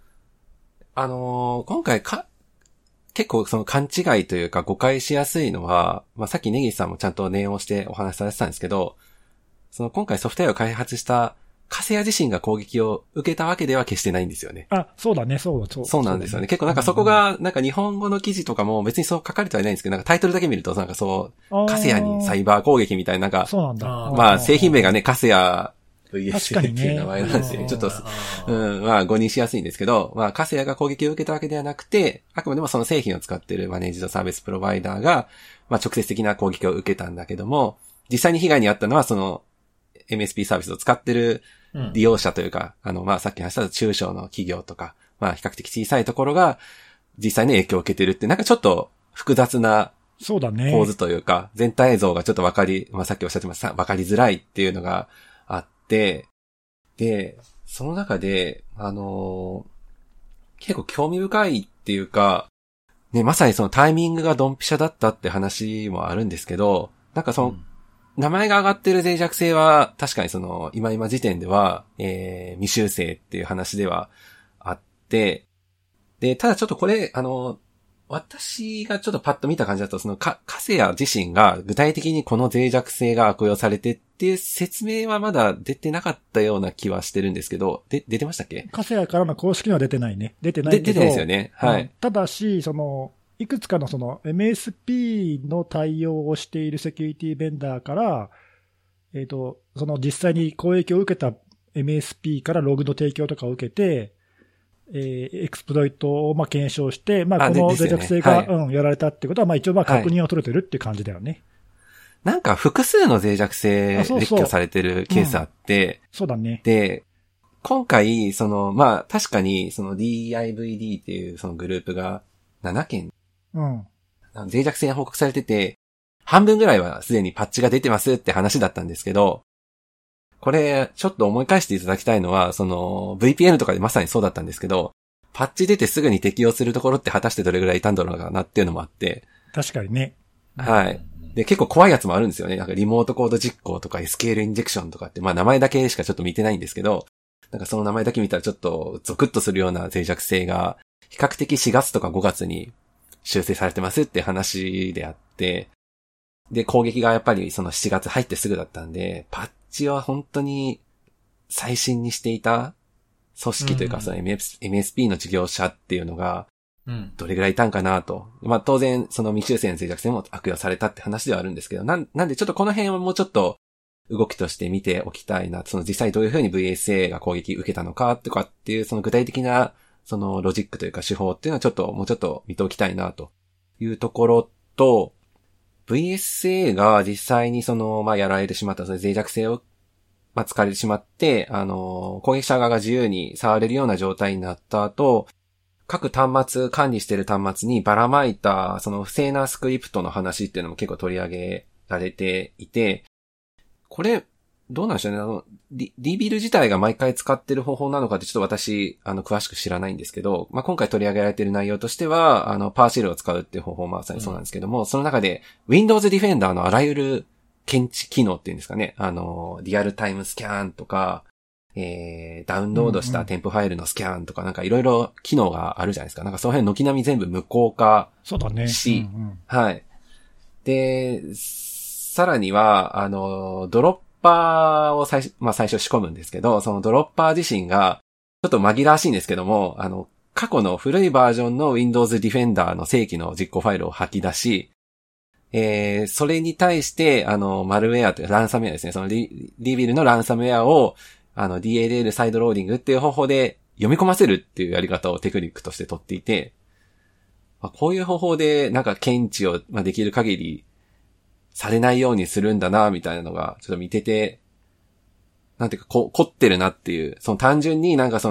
今回結構その勘違いというか誤解しやすいのは、さっき根岸さんもちゃんと念をしてお話しされてたんですけど、その今回ソフトウェアを開発したカセア自身が攻撃を受けたわけでは決してないんですよね。 そうだね、そうなんですよね。結構なんかそこが、なんか日本語の記事とかも別にそう書かれてはいないんですけど、なんかタイトルだけ見るとなんかカセアにサイバー攻撃みたいな、なんか、 そうなんだ。 製品名がね、カセア、 VSA っていう名前なんですよ。ちょっと、誤認しやすいんですけど、カセアが攻撃を受けたわけではなくて、あくまでもその製品を使っているマネージドサービスプロバイダーが、直接的な攻撃を受けたんだけども、実際に被害に遭ったのはその、 MSP サービスを使ってる利用者というか、まあ、さっき話した中小の企業とか、まあ、比較的小さいところが実際に影響を受けてるって、なんかちょっと複雑なそうだね。 構図というか、全体像がちょっとまあ、さっきおっしゃってました、わかりづらいっていうのがあって、で、その中で、結構興味深いっていうか、ね、まさにそのタイミングがドンピシャだったって話もあるんですけど、なんかその、名前が挙がってる脆弱性は、確かにその、今時点では、未修正っていう話ではあって、で、ただちょっとこれ、私がちょっとパッと見た感じだと、そのカセヤ自身が具体的にこの脆弱性が悪用されてっていう説明はまだ出てなかったような気はしてるんですけど、出てましたっけ？ カセヤからの公式には出てないね。出てないけど。 出てないですよね。はい。 ただし、いくつかのMSP の対応をしているセキュリティベンダーから、実際に攻撃を受けた MSP からログの提供とかを受けて、エクスプロイトを検証して、この脆弱性が、やられたってことは、一応確認を取れてるって感じだよね。 なんか複数の脆弱性列挙されてるケースあって、 そうだね。 で、今回、確かに、DIVD っていうそのグループが7件、脆弱性が報告されてて、半分ぐらいはすでにパッチが出てますって話だったんですけど、これ、ちょっと思い返していただきたいのは、VPN とかでまさにそうだったんですけど、パッチ出てすぐに適用するところって果たしてどれぐらいいたんだろうなっていうのもあって。 確かにね。 はい。で、結構怖いやつもあるんですよね。なんかリモートコード実行とか SQL インジェクションとかって、名前だけしかちょっと見てないんですけど、なんかその名前だけ見たらちょっとゾクッとするような脆弱性が、比較的4月とか5月に修正されてますって話であって、で、攻撃がやっぱりその7月入ってすぐだったんで、パッチは本当に最新にしていた組織というか、その MSP の事業者っていうのが、どれぐらいいたんかなと。当然、その未修正の脆弱性も悪用されたって話ではあるんですけど、なんでちょっとこの辺はもうちょっと動きとして見ておきたいな。その実際どういうふうに VSA が攻撃受けたのかとかっていう、その具体的な、そのロジックというか手法っていうのはもうちょっと見ておきたいなというところと、VSA が実際にやられてしまった、その脆弱性を、使われてしまって、攻撃者側が自由に触れるような状態になった後、各端末、管理している端末にばらまいた、その不正なスクリプトの話っていうのも結構取り上げられていて、これ、どうなんでしょうね。リビル自体が毎回使ってる方法なのかってちょっと私、詳しく知らないんですけど、今回取り上げられている内容としては、パーシェルを使うっていう方法まさにそうなんですけども、その中で、Windows Defender のあらゆる検知機能っていうんですかね、リアルタイムスキャンとか、ダウンロードした添付ファイルのスキャンとかなんかいろいろ機能があるじゃないですか。なんかその辺軒並み全部無効化し、 そうだね。 はい。で、さらには、ドロッパーを最初仕込むんですけど、そのドロッパー自身が、ちょっと紛らわしいんですけども、過去の古いバージョンの Windows Defender の正規の実行ファイルを吐き出し、それに対して、マルウェアというランサムウェアですね。そのリビルのランサムウェアを、DLL サイドローディングっていう方法で読み込ませるっていうやり方をテクニックとして取っていて、こういう方法でなんか検知をできる限りされないようにするんだな、みたいなのがちょっと見てて、なんていうか凝ってるなっていう、その単純になんか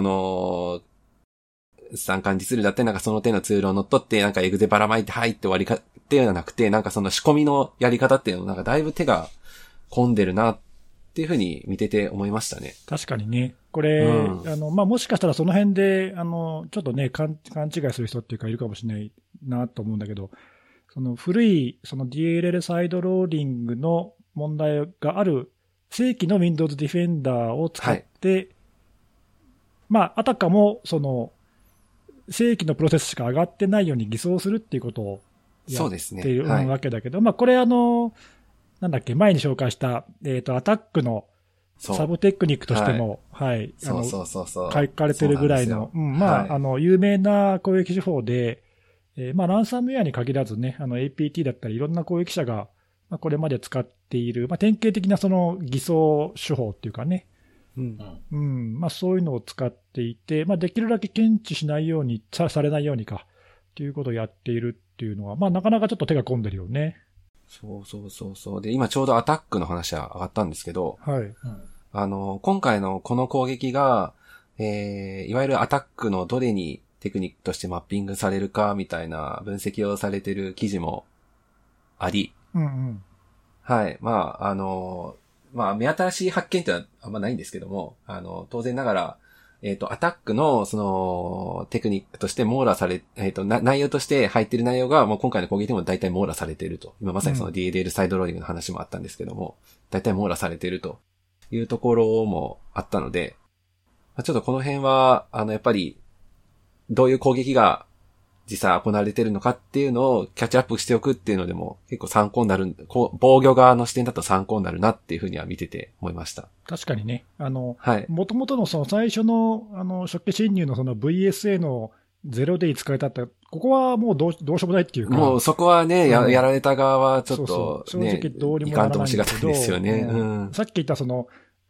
参観実るだってなんかその手のツールを乗っ取ってなんかエグゼばらまいて入って終わりかっていうのはなくて、なんかその仕込みのやり方っていうのなんかだいぶ手が込んでるなっていうふうに見てて思いましたね。 確かにね。これ、もしかしたらその辺で、ちょっとね、勘違いする人っていうかいるかもしれないなと思うんだけど、その古い、DLL サイドローディングの問題がある正規の Windows Defender を使って、あたかも、正規のプロセスしか上がってないように偽装するっていうことをやっているわけだけど、これなんだっけ、前に紹介した、アタックのサブテクニックとしても、書かれてるぐらいの、有名な攻撃手法で、ランサムウェアに限らずね、APT だったりいろんな攻撃者が、これまで使っている、典型的な偽装手法っていうかね、そういうのを使っていて、できるだけ検知しないように、されないようにか、ということをやっているっていうのは、なかなかちょっと手が込んでるよね。 そう。で、今ちょうどアタックの話は上がったんですけど、 はい。 今回のこの攻撃が、いわゆるアタックのどれにテクニックとしてマッピングされるかみたいな分析をされてる記事もあり、はい。目新しい発見ってのはあんまないんですけども、当然ながら、アタックの、テクニックとして網羅され、内容として入っている内容が、もう今回の攻撃でも大体網羅されていると。今まさにその DLL サイドローリングの話もあったんですけども、大体網羅されているというところもあったので、ちょっとこの辺は、やっぱり、どういう攻撃が実際行われているのかっていうのをキャッチアップしておくっていうのでも結構参考になる、防御側の視点だと参考になるなっていうふうには見てて思いました。 確かにね。 はい。 もともとのその最初の、初期侵入のその VSA の0で使えたって、ここはもうどうしようもないっていうか。 もうそこはね、やられた側はちょっと、 正直どうにもならないんだけど。いかんともしがたいですよね。さっき言ったその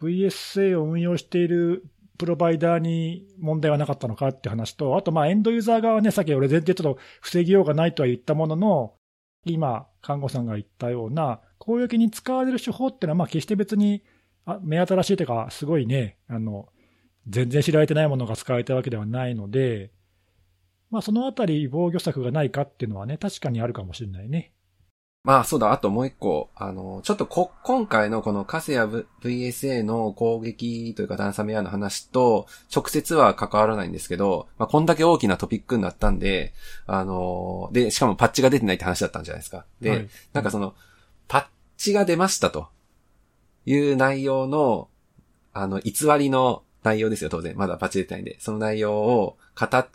VSA を運用しているプロバイダーに問題はなかったのかって話と、あとエンドユーザー側はね、さっき俺全然ちょっと防ぎようがないとは言ったものの、今、看護さんが言ったような、攻撃に使われる手法っていうのは、決して別に目新しいというか、すごいね、全然知られてないものが使われたわけではないので、そのあたり防御策がないかっていうのはね、確かにあるかもしれないね。 そうだ、あともう一個、ちょっと今回のこのカセヤ VSA の攻撃というかランサムウェアの話と直接は関わらないんですけど、こんだけ大きなトピックになったんで、で、しかもパッチが出てないって話だったんじゃないですか。で、はい、なんかパッチが出ましたという内容の、偽りの内容ですよ、当然。まだパッチ出てないんで。その内容を語った、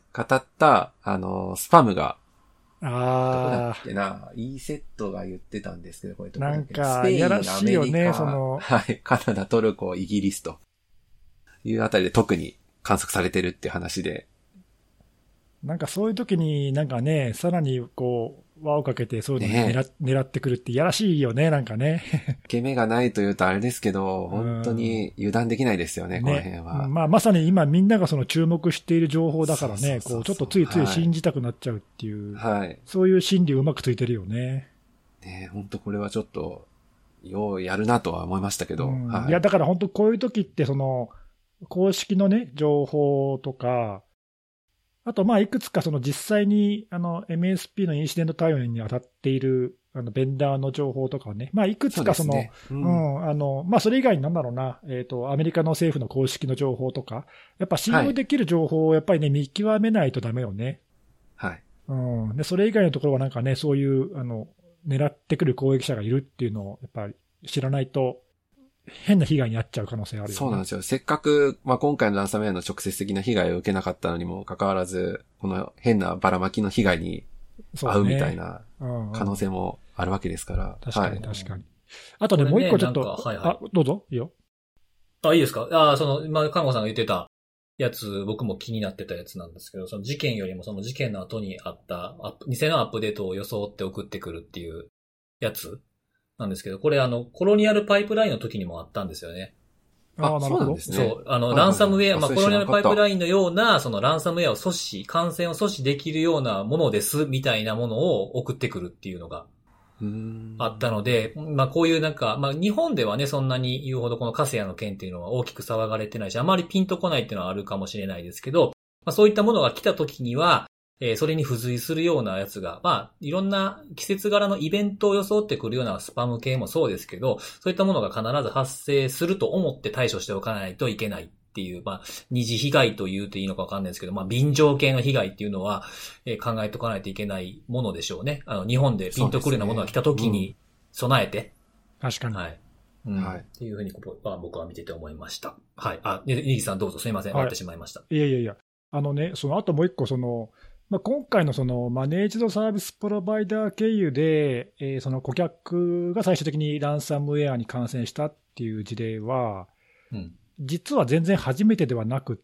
スパムが、どこだっけな、E セットが言ってたんですけど、これどこだっけな。 なんか、いやらしいよね、 はい、カナダ、トルコ、イギリスというあたりで特に観測されてるって話で。 なんかそういう時になんかね、さらに輪をかけてそういうのを狙ってくるっていやらしいよね、なんかね。 受け目がないというとあれですけど、本当に油断できないですよね、この辺は。 まさに今みんなが注目している情報だからね、ちょっとついつい信じたくなっちゃうっていう、はい、そういう心理うまくついてるよね。 ね、本当これはちょっと、ようやるなとは思いましたけど。はい、 いや、だから本当こういう時って公式のね、情報とか、あと、いくつか実際にMSP のインシデント対応に当たっているベンダーの情報とかをね、いくつかそれ以外になんだろうな、アメリカの政府の公式の情報とか、やっぱ信用できる情報をやっぱりね、見極めないとダメよね。 はい。 で、それ以外のところはなんかね、そういう、狙ってくる攻撃者がいるっていうのをやっぱり知らないと、変な被害に遭っちゃう可能性あるよね。 そうなんですよ。せっかく、今回のランサムウェアの直接的な被害を受けなかったのにもかかわらず、この変なばらまきの被害に遭うみたいな可能性もあるわけですから。 確かに確かに。あとね、もう一個ちょっと、どうぞ、いいよ。 いいですか？今、看護さんが言ってたやつ、僕も気になってたやつなんですけど、その事件よりもその事件の後にあった偽のアップデートを装って送ってくるっていうやつなんですけど、これコロニアルパイプラインの時にもあったんですよね。 なるほど。そうなんですね。 そう、ランサムウェア、コロニアルパイプラインのような、そのランサムウェアを感染を阻止できるようなものです、みたいなものを送ってくるっていうのがあったので、こういうなんか、日本ではね、そんなに言うほどこのカセヤの件っていうのは大きく騒がれてないし、あまりピンとこないっていうのはあるかもしれないですけど、そういったものが来た時には、それに付随するようなやつが、いろんな季節柄のイベントを装ってくるようなスパム系もそうですけど、そういったものが必ず発生すると思って対処しておかないといけないっていう、二次被害と言うといいのかわかんないですけど、便乗系の被害っていうのは、考えておかないといけないものでしょうね。日本でピンとくるようなものが来た時に備えて。 確かに。 はい。はい。っていうふうに僕は見てて思いました。はい。ニギさんどうぞすいません。終わってしまいました。 いや。あともう一個今回のマネージドサービスプロバイダー経由で、その顧客が最終的にランサムウェアに感染したっていう事例は、実は全然初めてではなくって、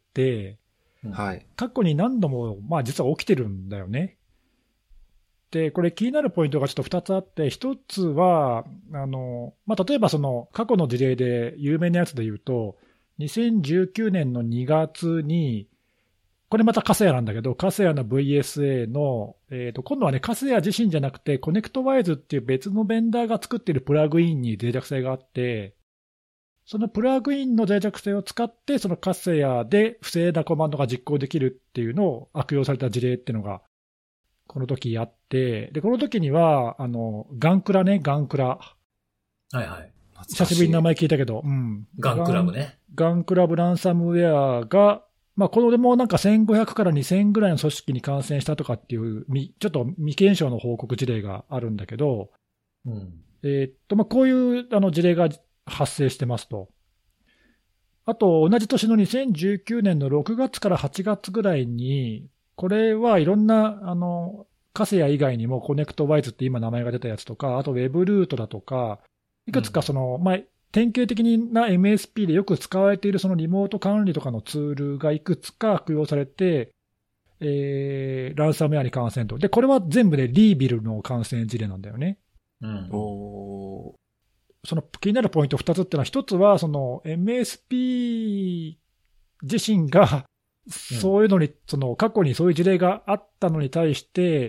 過去に何度も、実は起きてるんだよね。で、これ気になるポイントがちょっと2つあって、1つは、例えば過去の事例で有名なやつで言うと、2019年の2月に、 これまたカセヤなんだけど、カセヤの VSA の、今度はね、カセヤ自身じゃなくて、コネクトワイズっていう別のベンダーが作っているプラグインに脆弱性があって、そのプラグインの脆弱性を使って、そのカセヤで不正なコマンドが実行できるっていうのを悪用された事例っていうのが、この時あって、で、この時には、ガンクラね、ガンクラ。 はいはい。 久しぶりに名前聞いたけど、うん。 ガンクラブね。 ガンクラブランサムウェアが、まあ、これでもなんか1500から2000ぐらいの組織に感染したとかっていう、ちょっと未検証の報告事例があるんだけど、 うん、 まあ、こういう事例が発生してますと。あと、同じ年の2019年の6月から8月ぐらいに、これはいろんな、カセヤ以外にもコネクトワイズって今名前が出たやつとか、あとウェブルートだとか、いくつかまあ、典型的な MSP でよく使われているそのリモート管理とかのツールがいくつか悪用されて、ランサムウェアに感染と。で、これは全部でリービルの感染事例なんだよね。 うん、 その気になるポイント2つっていうのは、1つはその MSP 自身がそういうのに、過去にそういう事例があったのに対して、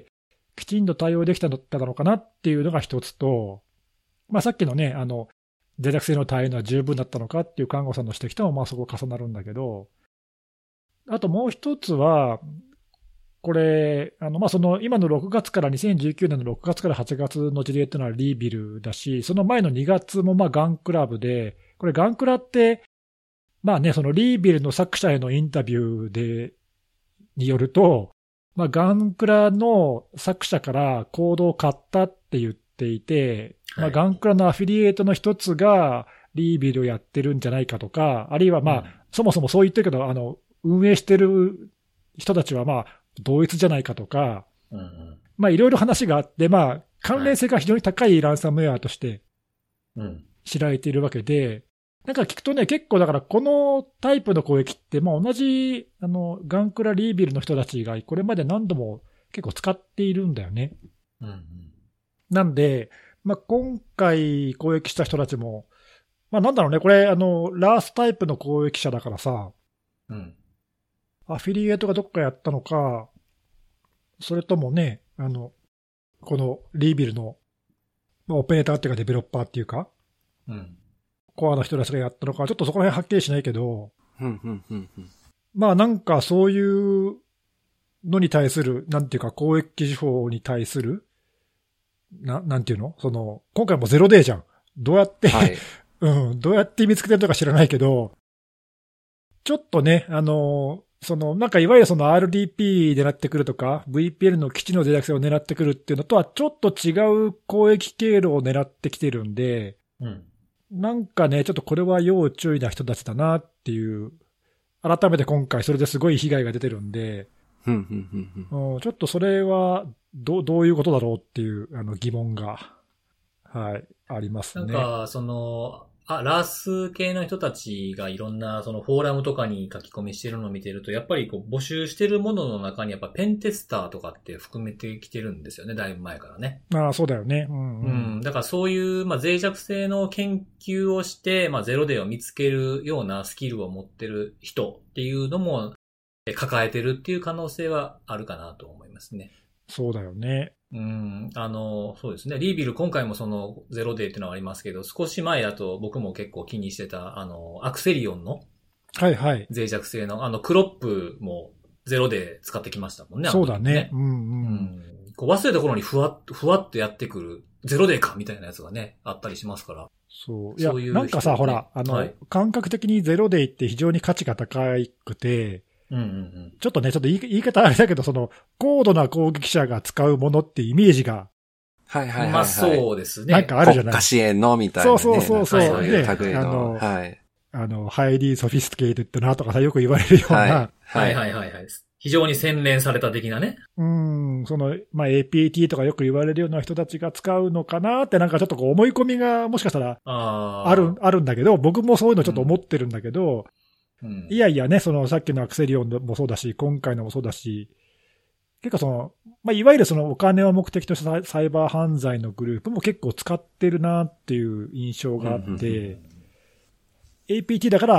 きちんと対応できたのかなっていうのが1つと、まあ、さっきのね、脆弱性の対応は十分だったのかっていう看護さんの指摘ともまあそこ重なるんだけど、あともう一つは、これ、まあ、今の6月から2019年の6月から8月の事例っていうのはリービルだし、その前の2月もまあガンクラブで、これガンクラって、まあね、そのリービルの作者へのインタビューによると、まあ、ガンクラの作者からコードを買ったって言っていて、まあ、ガンクラのアフィリエイトの一つがリービルをやってるんじゃないかとか、あるいはまあ、そもそもそう言ってるけど、運営してる人たちはまあ、同一じゃないかとか、まあ、いろいろ話があって、まあ、関連性が非常に高いランサムウェアとして知られているわけで、なんか聞くとね、結構だからこのタイプの攻撃って、まあ同じ、ガンクラリービルの人たちがこれまで何度も結構使っているんだよね。なんで、まあ今回攻撃した人たちも、まあなんだろうね、これラースタイプの攻撃者だからさ、アフィリエイトがどっかやったのか、それともね、このリービルの、まあ、オペレーターっていうかデベロッパーっていうか、コアの人たちがやったのか、ちょっとそこら辺はっきりしないけど、まあなんかそういうのに対する、なんていうか攻撃手法に対する、なんていうの今回もゼロデーじゃん。どうやって、はい、どうやって見つけてるのか知らないけど、ちょっとね、なんかいわゆるRDP で狙ってくるとか、VPN の基地の脆弱性を狙ってくるっていうのとはちょっと違う攻撃経路を狙ってきてるんで、なんかね、ちょっとこれは要注意な人たちだなっていう、改めて今回それですごい被害が出てるんで、ちょっとそれはどういうことだろうっていう疑問が、はい、ありますね。 なんか、ラース系の人たちがいろんなフォーラムとかに書き込みしてるのを見てると、やっぱり募集してるものの中にやっぱペンテスターとかって含めてきてるんですよね、だいぶ前からね。 ああ、そうだよね。 だからそういう、まあ、脆弱性の研究をして、まあ、ゼロデーを見つけるようなスキルを持ってる人っていうのも抱えてるっていう可能性はあるかなと思いますね。 そうだよね。 そうですね。リービル今回もゼロデーっていうのはありますけど、少し前だと僕も結構気にしてた、アクセリオンの、 はいはい。 脆弱性の、クロップもゼロデー使ってきましたもんね。 そうだね。 こう忘れた頃にふわっとやってくる、ゼロデーかみたいなやつがね、あったりしますから。 そう。いや、なんかさ、ほら、感覚的にゼロデーって非常に価値が高くて、ちょっとね、ちょっと言い方あれだけど、高度な攻撃者が使うものってイメージが。 はいはいはい、はい。 まあそうですね。 なんかあるじゃない。 国家支援のみたいな、ね。 そう。 そういう類の。 はい。ハイリーソフィスティケイテッドなとかさ、よく言われるような。 はい。非常に洗練された的なね。 まあ APT とかよく言われるような人たちが使うのかなって、なんかちょっと思い込みがもしかしたらあるんだけど、僕もそういうのちょっと思ってるんだけど、いやいやね、さっきのアクセリオンもそうだし、今回のもそうだし、結構まあ、いわゆるお金を目的としたサイバー犯罪のグループも結構使ってるなっていう印象があって、APT だから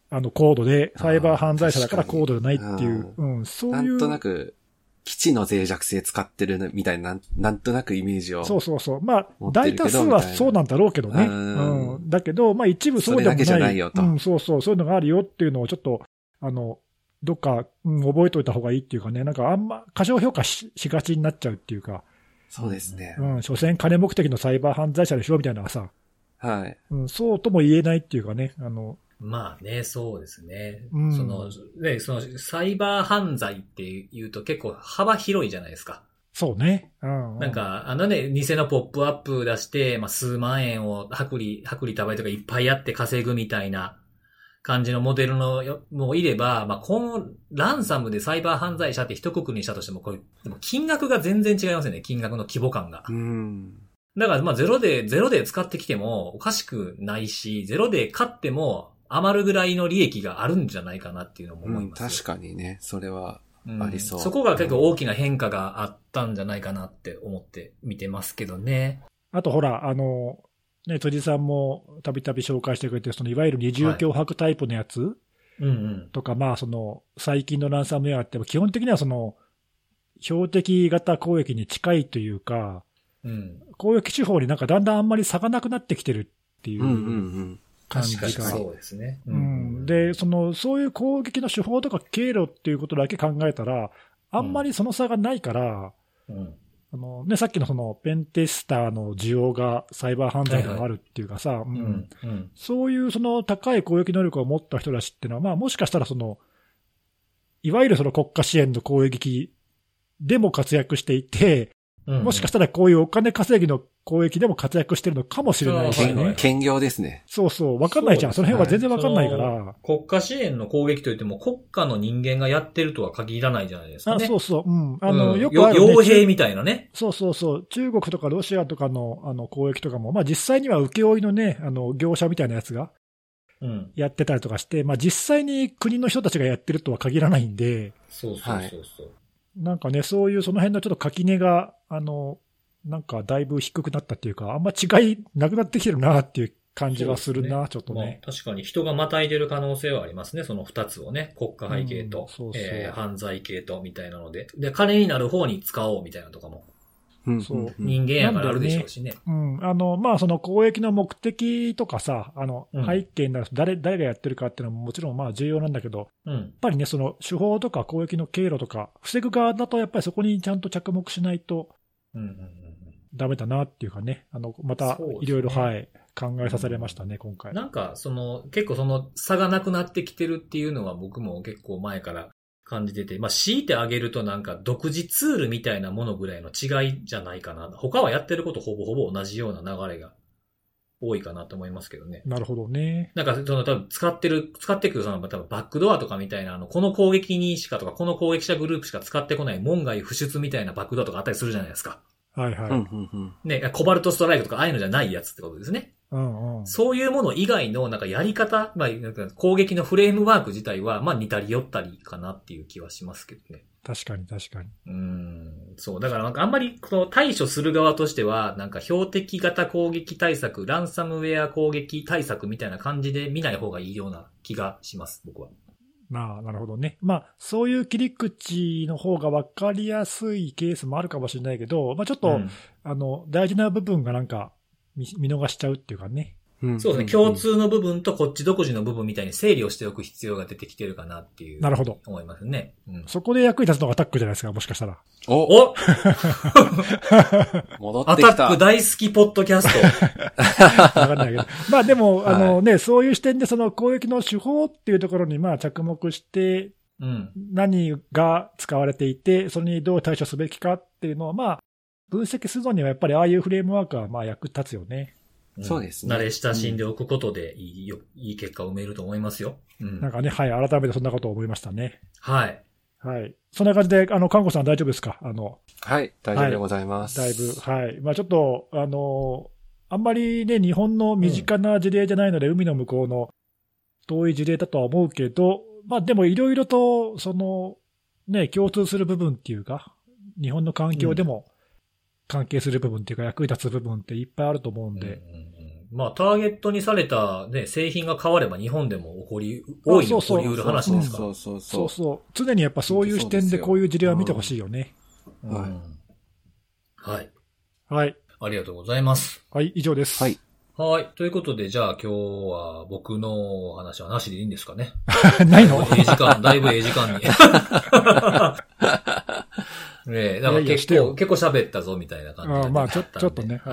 コードで、サイバー犯罪者だからコードじゃないっていう、そういう。 なんとなく、基地の脆弱性使ってるみたいな、なんとなくイメージを。 そうそうそう。まあ、大多数はそうなんだろうけどね。だけど、まあ一部そうでもない。それだけじゃないよと。そうそう、そういうのがあるよっていうのをちょっと、どっか、覚えておいた方がいいっていうかね、なんかあんま過小評価しがちになっちゃうっていうか。 そうですね。 所詮金目的のサイバー犯罪者でしょみたいなさ。 はい。 そうとも言えないっていうかね、 まあね、そうですね。そのサイバー犯罪って言うと結構幅広いじゃないですか。 そうね。 なんか、偽のポップアップ出して、まあ、数万円を薄利多売とかいっぱいやって稼ぐみたいな感じのモデルのもいれば、まあ、ランサムでサイバー犯罪者って一括りにしたとしても、でも金額が全然違いますよね、金額の規模感が。だから、まあ、ゼロで使ってきてもおかしくないし、ゼロで買っても余るぐらいの利益があるんじゃないかなっていうのも思います。 確かにね、それはありそう。 そこが結構大きな変化があったんじゃないかなって思って見てますけどね。 あとほら、辻さんもたびたび紹介してくれてる、いわゆる二重脅迫タイプのやつ、とか、まあ、最近のランサムウェアって基本的には標的型攻撃に近いというか、攻撃手法になんかだんだんあんまり差がなくなってきてるっていう感じが。 確かにそうですね。 で、そういう攻撃の手法とか経路っていうことだけ考えたら、あんまりその差がないから、さっきのペンテスターの需要がサイバー犯罪でもあるっていうかさ、そういう高い攻撃能力を持った人たちっていうのは、まあもしかしたらいわゆる国家支援の攻撃でも活躍していて、もしかしたらこういうお金稼ぎの攻撃でも活躍してるのかもしれないしね。 兼業ですね。 そうそう、わかんないじゃん。その辺は全然わかんないから。 国家支援の攻撃といっても国家の人間がやってるとは限らないじゃないですかね。 そうそう。よくある、ね。 傭兵みたいなね。 そうそうそう。中国とかロシアとかの攻撃とかも、まあ実際には請負いのね、業者みたいなやつがやってたりとかして、まあ実際に国の人たちがやってるとは限らないんで。 そうそうそうそう。 なんかね、そういうその辺のちょっと垣根が、なんかだいぶ低くなったっていうか、あんま違いなくなってきてるなっていう感じはするな、ちょっとね。 まあ、確かに人がまたいでる可能性はありますね、その二つをね。国家背景と、犯罪系と、みたいなので。で、金になる方に使おうみたいなとかも。そう。人間やからあるでしょうしね。 まあ、攻撃の目的とかさ、背景になる誰がやってるかっていうのももちろんまあ重要なんだけど、やっぱりね、手法とか攻撃の経路とか、防ぐ側だとやっぱりそこにちゃんと着目しないと、ダメだなっていうかね、またいろいろ、はい、考えさせられましたね、今回。 なんか、結構差がなくなってきてるっていうのは僕も結構前から感じてて、まあ、強いてあげるとなんか独自ツールみたいなものぐらいの違いじゃないかな。他はやってることほぼほぼ同じような流れが多いかなと思いますけどね。 なるほどね。 なんか多分使ってくる多分バックドアとかみたいなこの攻撃にしかとか、この攻撃者グループしか使ってこない門外不出みたいなバックドアとかあったりするじゃないですか。 はいはい。 ね、コバルトストライクとかああいうのじゃないやつってことですね。そういうもの以外のなんかやり方、まあ、なんか攻撃のフレームワーク自体は、まあ似たり寄ったりかなっていう気はしますけどね。 確かに確かに。 そう。だからなんかあんまり対処する側としては、なんか標的型攻撃対策、ランサムウェア攻撃対策みたいな感じで見ない方がいいような気がします、僕は。 なるほどね。まあ、そういう切り口の方が分かりやすいケースもあるかもしれないけど、まあちょっと、大事な部分がなんか見逃しちゃうっていうかね。 そうですね。共通の部分とこっち独自の部分みたいに整理をしておく必要が出てきてるかなっていう。 なるほど。 思いますね。 そこで役に立つのがアタックじゃないですか、もしかしたら。 お戻ってきた。 アタック大好きポッドキャスト。わかんないけど。まあでも、ね、そういう視点で攻撃の手法っていうところにまあ着目して、何が使われていて、それにどう対処すべきかっていうのをまあ、分析するのにはやっぱりああいうフレームワークはまあ役立つよね。 そうですね。 慣れ親しんでおくことでいい結果を埋めると思いますよ。 なんかね、はい、改めてそんなことを思いましたね。 はい。 はい。そんな感じで、看護さん大丈夫ですか？ はい、大丈夫でございます。 だいぶ、はい。まあちょっと、あんまりね、日本の身近な事例じゃないので、海の向こうの遠い事例だとは思うけど、まあでもいろいろと、ね、共通する部分っていうか、日本の環境でも関係する部分っていうか、役に立つ部分っていっぱいあると思うんで、 まあ、ターゲットにされたね、製品が変われば日本でも大いに起こりうる話ですから。 そう。常にやっぱそういう視点でこういう事例は見てほしいよね。 はい。 はい。 ありがとうございます。 はい、以上です。 はい。ということで、じゃあ今日は僕の話はなしでいいんですかね。 ないの？ だいぶ時間に。ね、だから結構喋ったぞみたいな感じで。 まあちょっとね。 はい。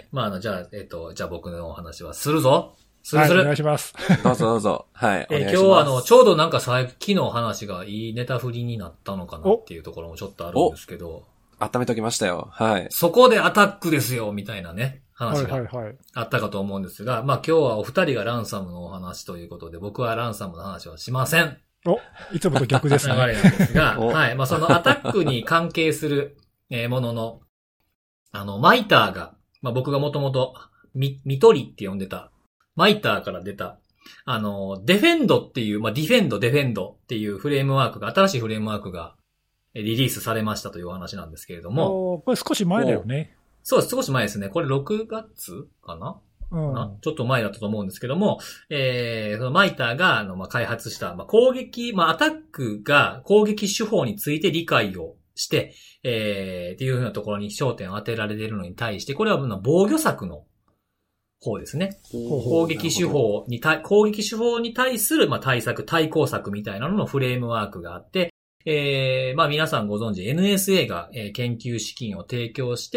まあじゃあ僕のお話はするぞ。する。 はい、お願いします。 どうぞ。はい。 今日はちょうどなんかさっきの話がいいネタ振りになったのかなっていうところもちょっとあるんですけど。 温めときましたよ。はい。 そこでアタックですよ、みたいなね、話があったかと思うんですが、まあ今日はお二人がランサムのお話ということで、僕はランサムの話はしません。 いつもと逆ですね。 流れなんですが、はい。まあそのアタックに関係するものの、マイターが、まあ僕がもともとミトリって呼んでた、マイターから出た、デフェンドっていう、まあディフェンドっていうフレームワークが、新しいフレームワークがリリースされましたというお話なんですけれども。 これ少し前だよね。 そうです、少し前ですね。これ6月かな、ちょっと前だったと思うんですけども、そのマイターが、開発した、攻撃、アタックが攻撃手法について理解をして、っていうふうなところに焦点を当てられているのに対して、これは防御策の方ですね。攻撃手法に対する、対策、対抗策みたいなののフレームワークがあって、皆さんご存知 NSA が、研究資金を提供して、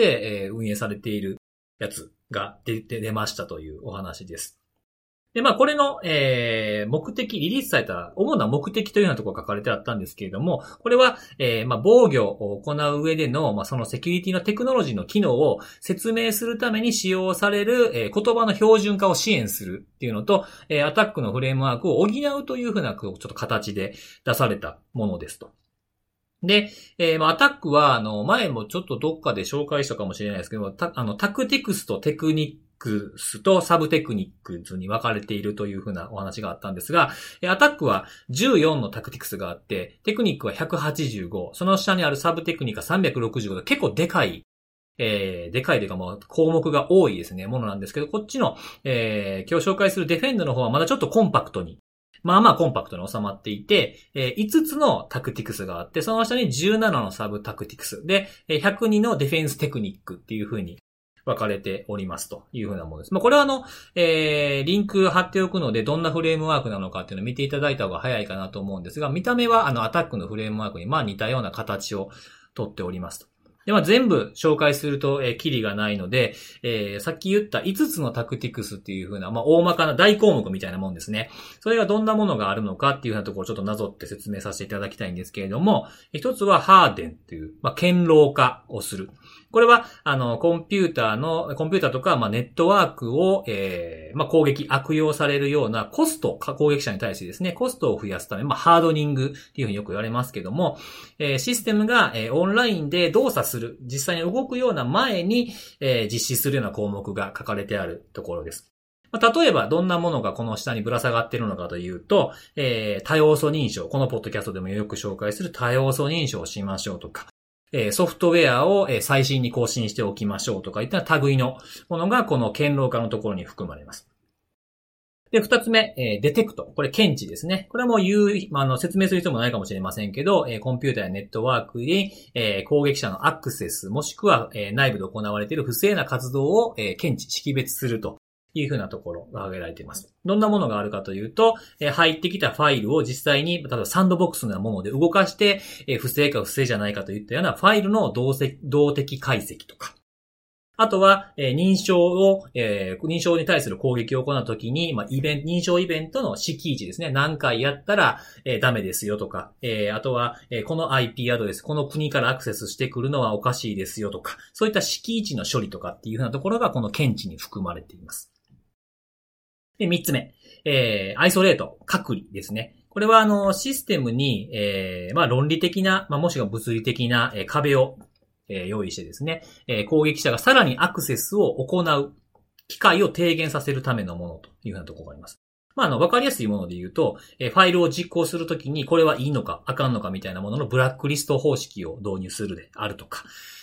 運営されているやつが出ましたというお話です。で、これの、目的、リリースされた主な目的というようなところが書かれてあったんですけれども、これは、防御を行う上での、そのセキュリティのテクノロジーの機能を説明するために使用される、言葉の標準化を支援するっていうのと、アタックのフレームワークを補うというふうな、ちょっと形で出されたものですと。で、アタックは、前もちょっとどっかで紹介したかもしれないですけど、タクティクスとテクニックスとサブテクニックスに分かれているというふうなお話があったんですが、アタックは14のタクティクスがあって、テクニックは185、その下にあるサブテクニックは365で結構でかいというか項目が多いですね、ものなんですけど、こっちの、今日紹介するデフェンドの方はまだちょっとコンパクトに、コンパクトに収まっていて、5つのタクティクスがあって、その下に17のサブタクティクスで、102のディフェンステクニックっていう風に分かれておりますという風なものです。これはリンク貼っておくので、どんなフレームワークなのかっていうのを見ていただいた方が早いかなと思うんですが、見た目はアタックのフレームワークに似たような形をとっておりますと。で、全部紹介すると、キリがないので、さっき言った5つのタクティクスっていう風な、大まかな大項目みたいなもんですね。それがどんなものがあるのかっていうようなところをちょっとなぞって説明させていただきたいんですけれども、一つはハーデンっていう、堅牢化をする。これは、コンピューターとか、ネットワークを、攻撃、悪用されるようなコスト、攻撃者に対してですね、コストを増やすため、ハードニングっていうふうによく言われますけども、システムが、オンラインで動作する、実際に動くような前に、実施するような項目が書かれてあるところです。例えば、どんなものがこの下にぶら下がっているのかというと、多要素認証、このポッドキャストでもよく紹介する多要素認証をしましょうとか、ソフトウェアを最新に更新しておきましょうとかいった類のものがこの堅牢化のところに含まれます。で、二つ目、デテクト。これ検知ですね。これはもう説明する必要もないかもしれませんけど、コンピューターやネットワークに、攻撃者のアクセス、もしくは、内部で行われている不正な活動を、検知、識別するというふうなところが挙げられています。どんなものがあるかというと、入ってきたファイルを実際に、例えばサンドボックスのようなもので動かして、不正か不正じゃないかといったようなファイルの動的解析とか。あとは、認証に対する攻撃を行うときに、認証イベントの敷地ですね。何回やったら、ダメですよとか、あとは、この IP アドレス、この国からアクセスしてくるのはおかしいですよとか、そういった敷地の処理とかっていうふうなところがこの検知に含まれています。で、三つ目、アイソレート、隔離ですね。これはシステムに、論理的な、もしくは物理的な、壁を用意してですね、攻撃者がさらにアクセスを行う機会を低減させるためのものというようなところがあります。わかりやすいもので言うと、ファイルを実行するときにこれはいいのかあかんのかみたいなもののブラックリスト方式を導入するであるとか、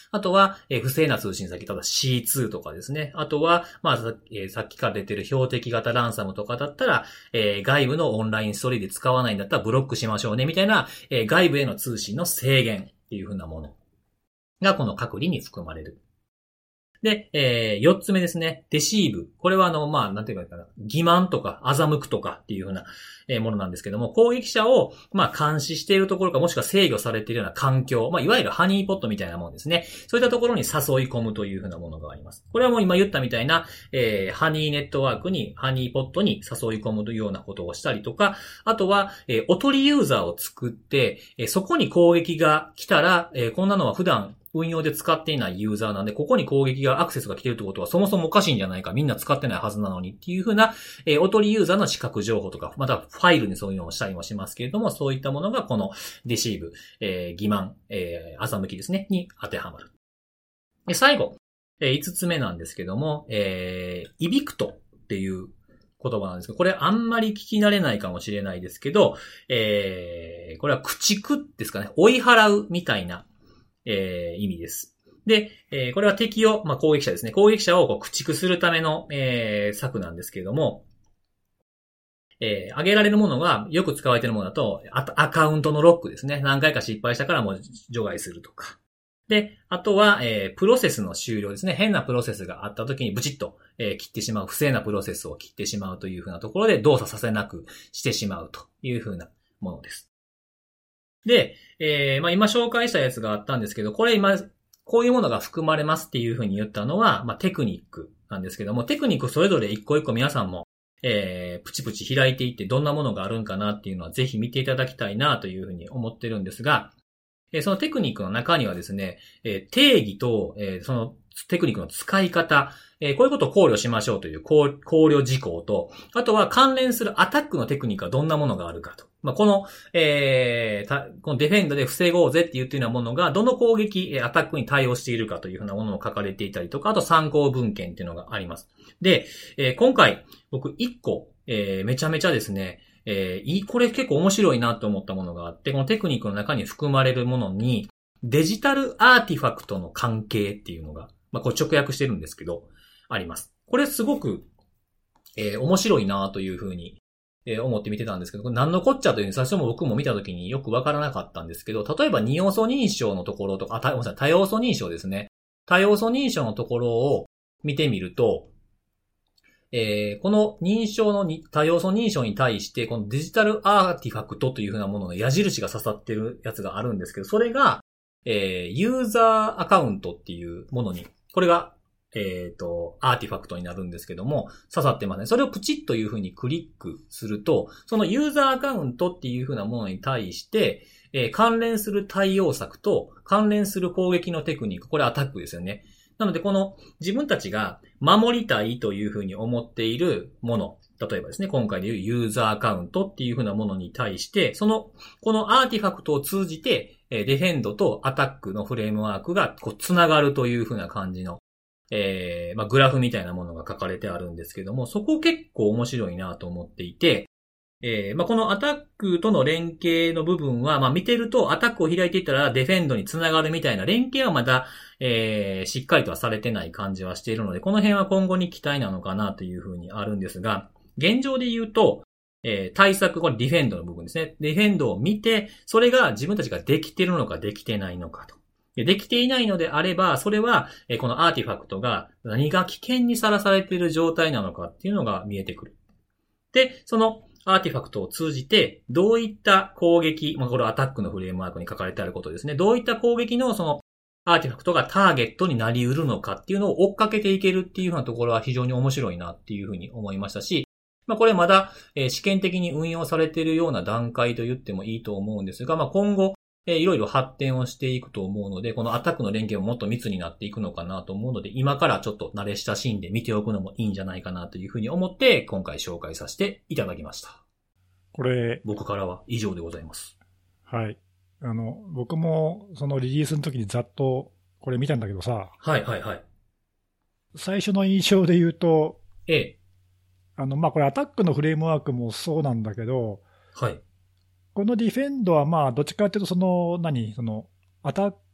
あとは、不正な通信先、例えば C2 とかですね。あとは、まあ、さっきから出てる標的型ランサムとかだったら、外部のオンラインストーリーで使わないんだったらブロックしましょうね、みたいな、外部への通信の制限っていう風なものがこの隔離に含まれる。で、4つ目ですね。デシーブ。これはまあ、なんていうかな。欺瞞とか、欺くとかっていうふうな、ものなんですけども、攻撃者を、まあ、監視しているところか、もしくは制御されているような環境。まあ、いわゆるハニーポットみたいなものですね。そういったところに誘い込むというふうなものがあります。これはもう今言ったみたいな、ハニーネットワークに、ハニーポットに誘い込むというようなことをしたりとか、あとは、おとりユーザーを作って、そこに攻撃が来たら、こんなのは普段、運用で使っていないユーザーなんで、ここに攻撃が、アクセスが来てるってことはそもそもおかしいんじゃないか、みんな使ってないはずなのにっていうふうな、おとりユーザーの視覚情報とか、またファイルにそういうのをしたりもしますけれども、そういったものがこのデシーブ、欺瞞、欺きですね、に当てはまる。で最後、5つ目なんですけども、イビクトっていう言葉なんですけど、これあんまり聞き慣れないかもしれないですけど、これは駆逐ですかね、追い払うみたいな、意味です。で、これは敵を、まあ、攻撃者ですね。攻撃者を駆逐するための、策なんですけれども、挙げられるものが、よく使われているものだと、アカウントのロックですね。何回か失敗したからもう除外するとか。で、あとは、プロセスの終了ですね。変なプロセスがあった時にブチッと、切ってしまう。不正なプロセスを切ってしまうというふうなところで動作させなくしてしまうというふうなものです。で、まあ今紹介したやつがあったんですけど、これ今、こういうものが含まれますっていうふうに言ったのは、まあテクニックなんですけども、テクニックそれぞれ一個一個皆さんも、プチプチ開いていってどんなものがあるんかなっていうのはぜひ見ていただきたいなというふうに思ってるんですが、そのテクニックの中にはですね、定義と、そのテクニックの使い方、こういうことを考慮しましょうという考慮事項と、あとは関連するアタックのテクニックはどんなものがあるかと。まあ、このデフェンドで防ごうぜっていうようなものが、どの攻撃、アタックに対応しているかというふうなものを書かれていたりとか、あと参考文献っていうのがあります。で、今回、僕1個、めちゃめちゃですね、これ結構面白いなと思ったものがあって、このテクニックの中に含まれるものに、デジタルアーティファクトの関係っていうのが、まあ、これ直訳してるんですけど、あります。これすごく、面白いなというふうに、思って見てたんですけど、これ何のこっちゃというふうに最初も僕も見たときによくわからなかったんですけど、例えば二要素認証のところとか、多要素認証ですね。多要素認証のところを見てみると、この認証の多要素認証に対して、このデジタルアーティファクトというふうなものの矢印が刺さってるやつがあるんですけど、それが、ユーザーアカウントっていうものに、これが、アーティファクトになるんですけども、刺さってますね。それをプチッというふうにクリックすると、そのユーザーアカウントっていうふうなものに対して、関連する対応策と関連する攻撃のテクニック、これアタックですよね。なので、この自分たちが守りたいというふうに思っているもの、例えばですね、今回でいうユーザーアカウントっていうふうなものに対して、このアーティファクトを通じて、デフェンドとアタックのフレームワークがつながるというふうな感じの、まあ、グラフみたいなものが書かれてあるんですけども、そこ結構面白いなと思っていて、まあ、このアタックとの連携の部分は、まあ、見てるとアタックを開いていったらデフェンドにつながるみたいな連携はまだ、しっかりとはされてない感じはしているので、この辺は今後に期待なのかなというふうにあるんですが、現状で言うと、対策、これディフェンドの部分ですね。ディフェンドを見て、それが自分たちができているのかできてないのかと。できていないのであれば、それは、このアーティファクトが何が危険にさらされている状態なのかっていうのが見えてくる。で、そのアーティファクトを通じて、どういった攻撃、まあ、これアタックのフレームワークに書かれてあることですね。どういった攻撃のそのアーティファクトがターゲットになり得るのかっていうのを追っかけていけるっていうようなところは非常に面白いなっていうふうに思いましたし、まあこれまだ試験的に運用されているような段階と言ってもいいと思うんですが、まあ今後いろいろ発展をしていくと思うので、このアタックの連携ももっと密になっていくのかなと思うので、今からちょっと慣れ親しんで見ておくのもいいんじゃないかなというふうに思って、今回紹介させていただきました。これ、僕からは以上でございます。 はい。僕もそのリリースの時にざっとこれ見たんだけどさ。 はいはいはい。 最初の印象で言うと、まあこれアタックのフレームワークもそうなんだけど、 はい。 このディフェンドはまあどっちかというとアタッ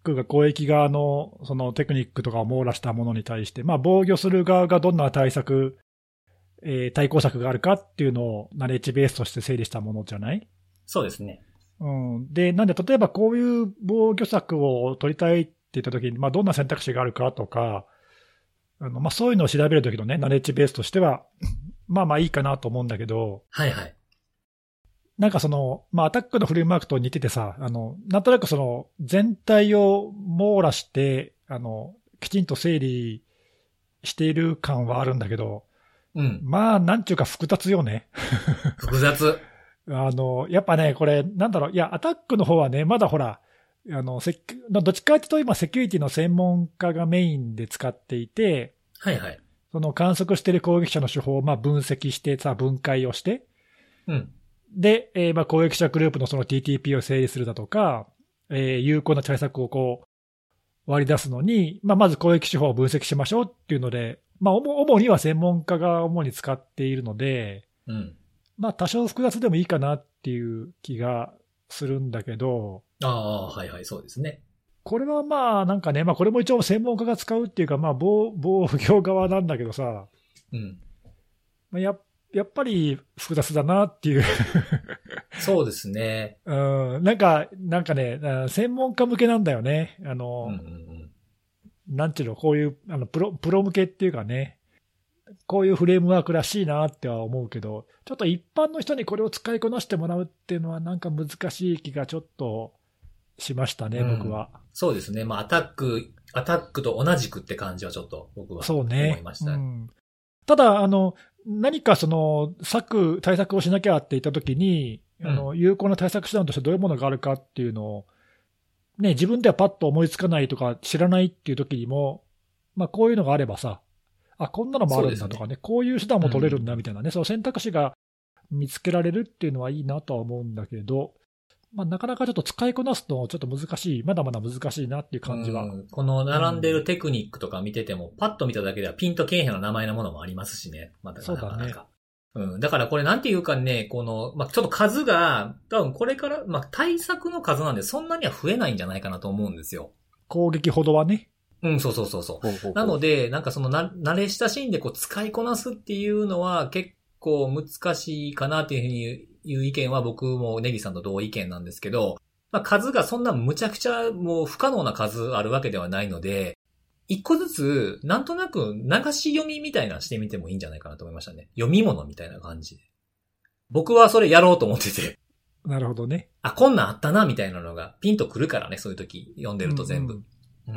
クが攻撃側のそのテクニックとかを網羅したものに対して、まあ防御する側がどんな対策、対抗策があるかっていうのをナレッジベースとして整理したものじゃない？ そうですね。 うん。で、なんで例えばこういう防御策を取りたいって言ったときに、まあどんな選択肢があるかとか、まあそういうのを調べるときのね、ナレッジベースとしては、まあまあいいかなと思うんだけど、 はいはい。 なんかその、まあアタックのフレームワークと似ててさ、なんとなくその全体を網羅して、きちんと整理している感はあるんだけど、 うん。 まあなんちゅうか複雑よね。 複雑。 やっぱね、これ、なんだろう、いや、アタックの方はね、まだほら、どっちかというと今、セキュリティの専門家がメインで使っていて、 はいはい。 その観測している攻撃者の手法をまあ分析してさ、分解をして、 うん。 で、まあ攻撃者グループのその TTP を整理するだとか、有効な対策をこう割り出すのに、まあまず攻撃手法を分析しましょうっていうので、まあ主には専門家が主に使っているので、 うん。 まあ多少複雑でもいいかなっていう気がするんだけど、 ああ、はいはい、そうですね。 これはまあなんかね、まあこれも一応専門家が使うっていうか、まあ防御側なんだけどさ、 うん。 まあ、やっぱり複雑だなっていうそうですね。 なんかね、専門家向けなんだよね。 うんうんうん、 なんていうの、こういう、プロ向けっていうかね、こういうフレームワークらしいなっては思うけど、ちょっと一般の人にこれを使いこなしてもらうっていうのはなんか難しい気がちょっとしましたね、僕は。 そうですね。まあアタックと同じくって感じはちょっと僕は思いました。 そうね。ただ、何かその対策をしなきゃって言ったときに、有効な対策手段としてどういうものがあるかっていうのを、ね、自分ではパッと思いつかないとか知らないっていうときにも、まあこういうのがあればさ、あ、こんなのもあるんだとかね、こういう手段も取れるんだみたいなね、その選択肢が見つけられるっていうのはいいなとは思うんだけど、まあなかなかちょっと使いこなすとちょっと難しい、まだまだ難しいなっていう感じは。 この並んでるテクニックとか見てても、パッと見ただけではピンとけえへんの名前のものもありますしね。またそうだね。 だからこれなんていうかね、まあ、ちょっと数が、多分これから、まあ、対策の数なんでそんなには増えないんじゃないかなと思うんですよ。 攻撃ほどはね。 そう。なので、なんかその慣れ親しんで使いこなすっていうのは結構難しいかなっていうふうにいう意見は僕もネギさんと同意見なんですけど、まあ、数がそんなむちゃくちゃもう不可能な数あるわけではないので、一個ずつ、なんとなく流し読みみたいなしてみてもいいんじゃないかなと思いましたね。読み物みたいな感じで。僕はそれやろうと思ってて。 なるほどね。 あ、こんなんあったな、みたいなのがピンとくるからね、そういう時読んでると全部。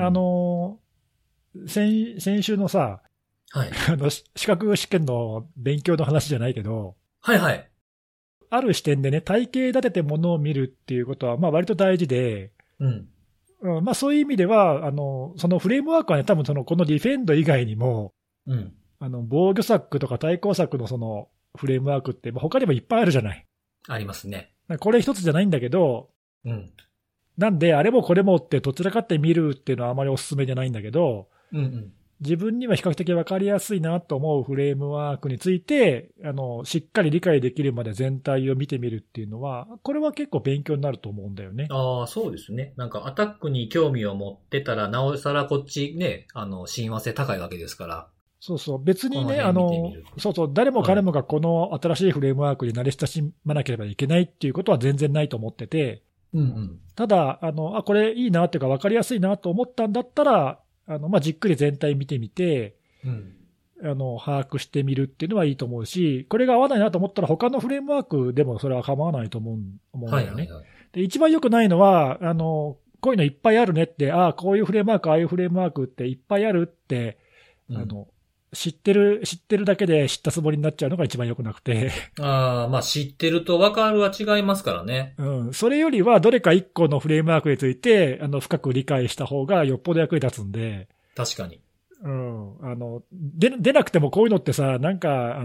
先週のさ、 はい。 資格試験の勉強の話じゃないけど、 はいはい。 ある視点でね、体系立ててものを見るっていうことは、まあ割と大事で、まあそういう意味では、そのフレームワークはね、多分このディフェンド以外にも、防御策とか対抗策のそのフレームワークって、他にもいっぱいあるじゃない。 ありますね。 これ一つじゃないんだけど、なんで、あれもこれもってどちらかって見るっていうのはあまりお勧めじゃないんだけど、自分には比較的分かりやすいなと思うフレームワークについて、しっかり理解できるまで全体を見てみるっていうのは、これは結構勉強になると思うんだよね。 ああ、そうですね。なんかアタックに興味を持ってたら、なおさらこっちね、親和性高いわけですから。 そうそう。別にね、誰も彼もがこの新しいフレームワークに慣れ親しまなければいけないっていうことは全然ないと思ってて、ただ、これいいなっていうか分かりやすいなと思ったんだったら、まあ、じっくり全体見てみて、把握してみるっていうのはいいと思うし、これが合わないなと思ったら他のフレームワークでもそれは構わないと思うんだよね。で、一番良くないのは、こういうのいっぱいあるねって、こういうフレームワーク、ああいうフレームワークっていっぱいあるって、知ってるだけで知ったつもりになっちゃうのが一番良くなくて。 まあ知ってると分かるは違いますからね。 それよりはどれか一個のフレームワークについて、深く理解した方がよっぽど役に立つんで。 確かに。 出なくてもこういうのってさ、なんか、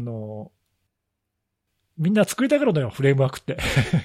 みんな作りたがるのよ、フレームワークって。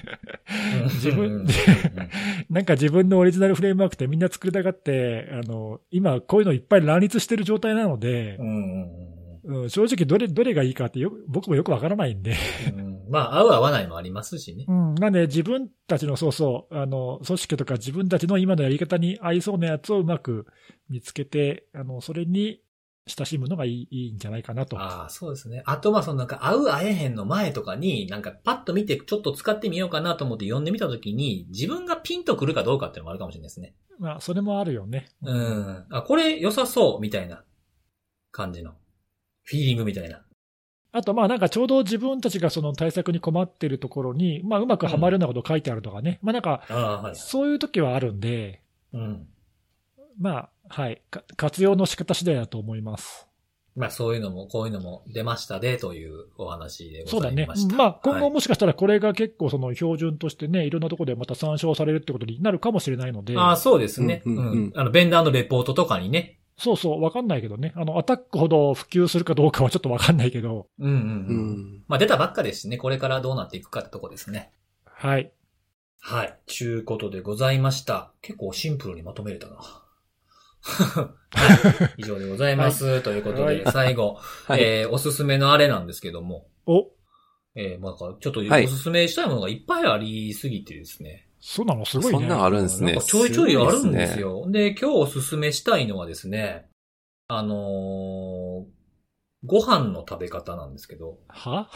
なんか自分のオリジナルフレームワークってみんな作りたがって、今こういうのいっぱい乱立してる状態なので、正直どれがいいかって僕もよくわからないんで。 まあ、合う合わないもありますしね。 なんで自分たちの組織とか自分たちの今のやり方に合いそうなやつをうまく見つけて、それに親しむのがいいんじゃないかなと。 ああ、そうですね。あと、まあ、なんか、合う合えへんの前とかに、なんか、パッと見て、ちょっと使ってみようかなと思って読んでみたときに、自分がピンとくるかどうかっていうのもあるかもしれないですね。 まあ、それもあるよね。 あ、これ良さそう、みたいな感じの。フィーリングみたいな。 あと、まあ、なんかちょうど自分たちがその対策に困っているところに、まあ、うまくはまるようなこと書いてあるとかね。まあ、なんか、そういう時はあるんで、まあ、はい。活用の仕方次第だと思います。 まあそういうのも、こういうのも出ましたでというお話でございました。 そうだね。まあ今後もしかしたらこれが結構その標準としてね、いろんなところでまた参照されるってことになるかもしれないので。 ああ、そうですね。ベンダーのレポートとかにね。 そうそう、わかんないけどね。アタックほど普及するかどうかはちょっとわかんないけど。 まあ出たばっかですしね、これからどうなっていくかってとこですね。 はい。 はい。ちゅうことでございました。結構シンプルにまとめれたな。はい、以上でございます。はい、ということで、最後、おすすめのあれなんですけども。まあ、ちょっとおすすめしたいものがいっぱいありすぎてですね。 そうなのすごいね。 そんなのあるんですね。 なんかちょいちょいあるんですよ。で、今日おすすめしたいのはですね、ご飯の食べ方なんですけど。 は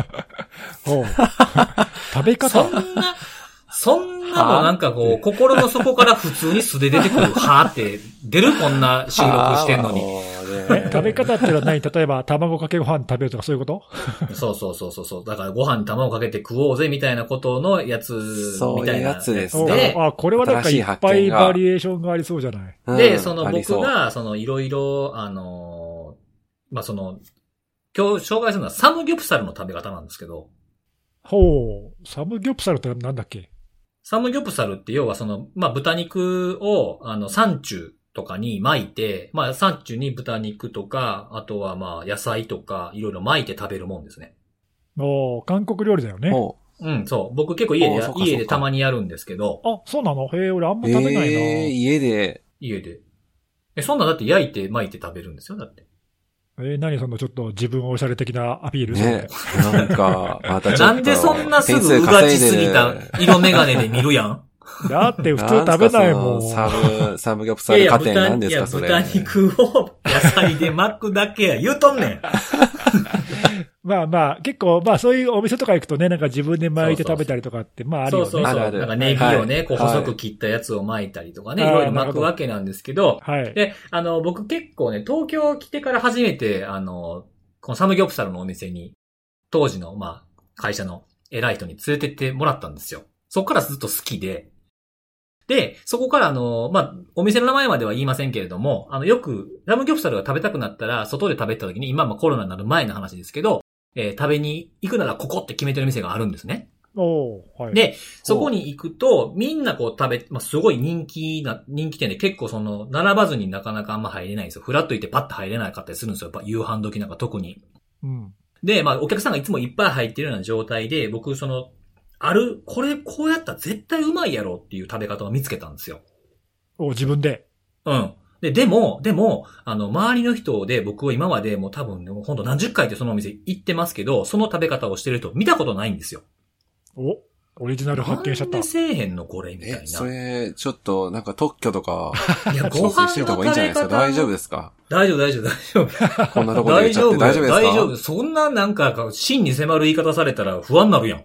食べ方そんなのなんかこう、心の底から普通に素で出てくる、はーって出るこんな収録してんのに。 食べ方っていうのは何？例えば卵かけご飯食べるとかそういうこと？ そう。だからご飯に卵かけて食おうぜみたいなことのやつみたいなやつですね。 これはなんかいっぱいバリエーションがありそうじゃない。 で、僕が、いろいろ、まあ、今日紹介するのはサムギョプサルの食べ方なんですけど。 サムギョプサルってなんだっけ？ サムギョプサルって要はまあ、豚肉を、サンチュとかに巻いて、まあ、サンチュに豚肉とか、あとはまあ、野菜とか、いろいろ巻いて食べるもんですね。 韓国料理だよね。 そう。僕結構家でたまにやるんですけど。 そうなの？俺あんま食べないな。 家で。 そんなだって焼いて巻いて食べるんですよ、だって。 何ちょっと自分おしゃれ的なアピールね。なんか、またちょっと。 なんでそんなすぐうがちすぎた色眼鏡で見るやん。 だって普通食べないもん。 サムギョプサル家庭なんですか、それ。 豚肉を野菜で巻くだけや、言うとんねん。 まあ、結構、まあそういうお店とか行くとね、なんか自分で巻いて食べたりとかって、まああるよね。 そう。なんかネギをね、こう細く切ったやつを巻いたりとかね、いろいろ巻くわけなんですけど、で、僕結構ね、東京来てから初めて、このサムギョプサルのお店に、当時の、まあ、会社の偉い人に連れてってもらったんですよ。そこからずっと好きで、で、そこからまあ、お店の名前までは言いませんけれども、よく、サムギョプサルが食べたくなったら、外で食べた時に、今コロナになる前の話ですけど、食べに行くならここって決めてる店があるんですね。で、そこに行くと、みんなこうまあ、すごい人気店で結構並ばずになかなかあんま入れないんですよ。フラッと行ってパッと入れなかったりするんですよ。やっぱ夕飯時なんか特に。で、まあ、お客さんがいつもいっぱい入ってるような状態で、僕これこうやったら絶対うまいやろっていう食べ方を見つけたんですよ。 自分で。 でも、周りの人で僕は今までもう多分ね、ほんと何十回ってそのお店行ってますけど、その食べ方をしてる人見たことないんですよ。 オリジナル発見しちゃった。 なんでせえへんのこれみたいな。 それ、ちょっと、なんか特許とか、 いや、ご飯の食べ方。 大丈夫ですか？ 大丈夫。 こんなところで言っちゃって大丈夫ですか？ 大丈夫。そんななんか、真に迫る言い方されたら不安になるやん。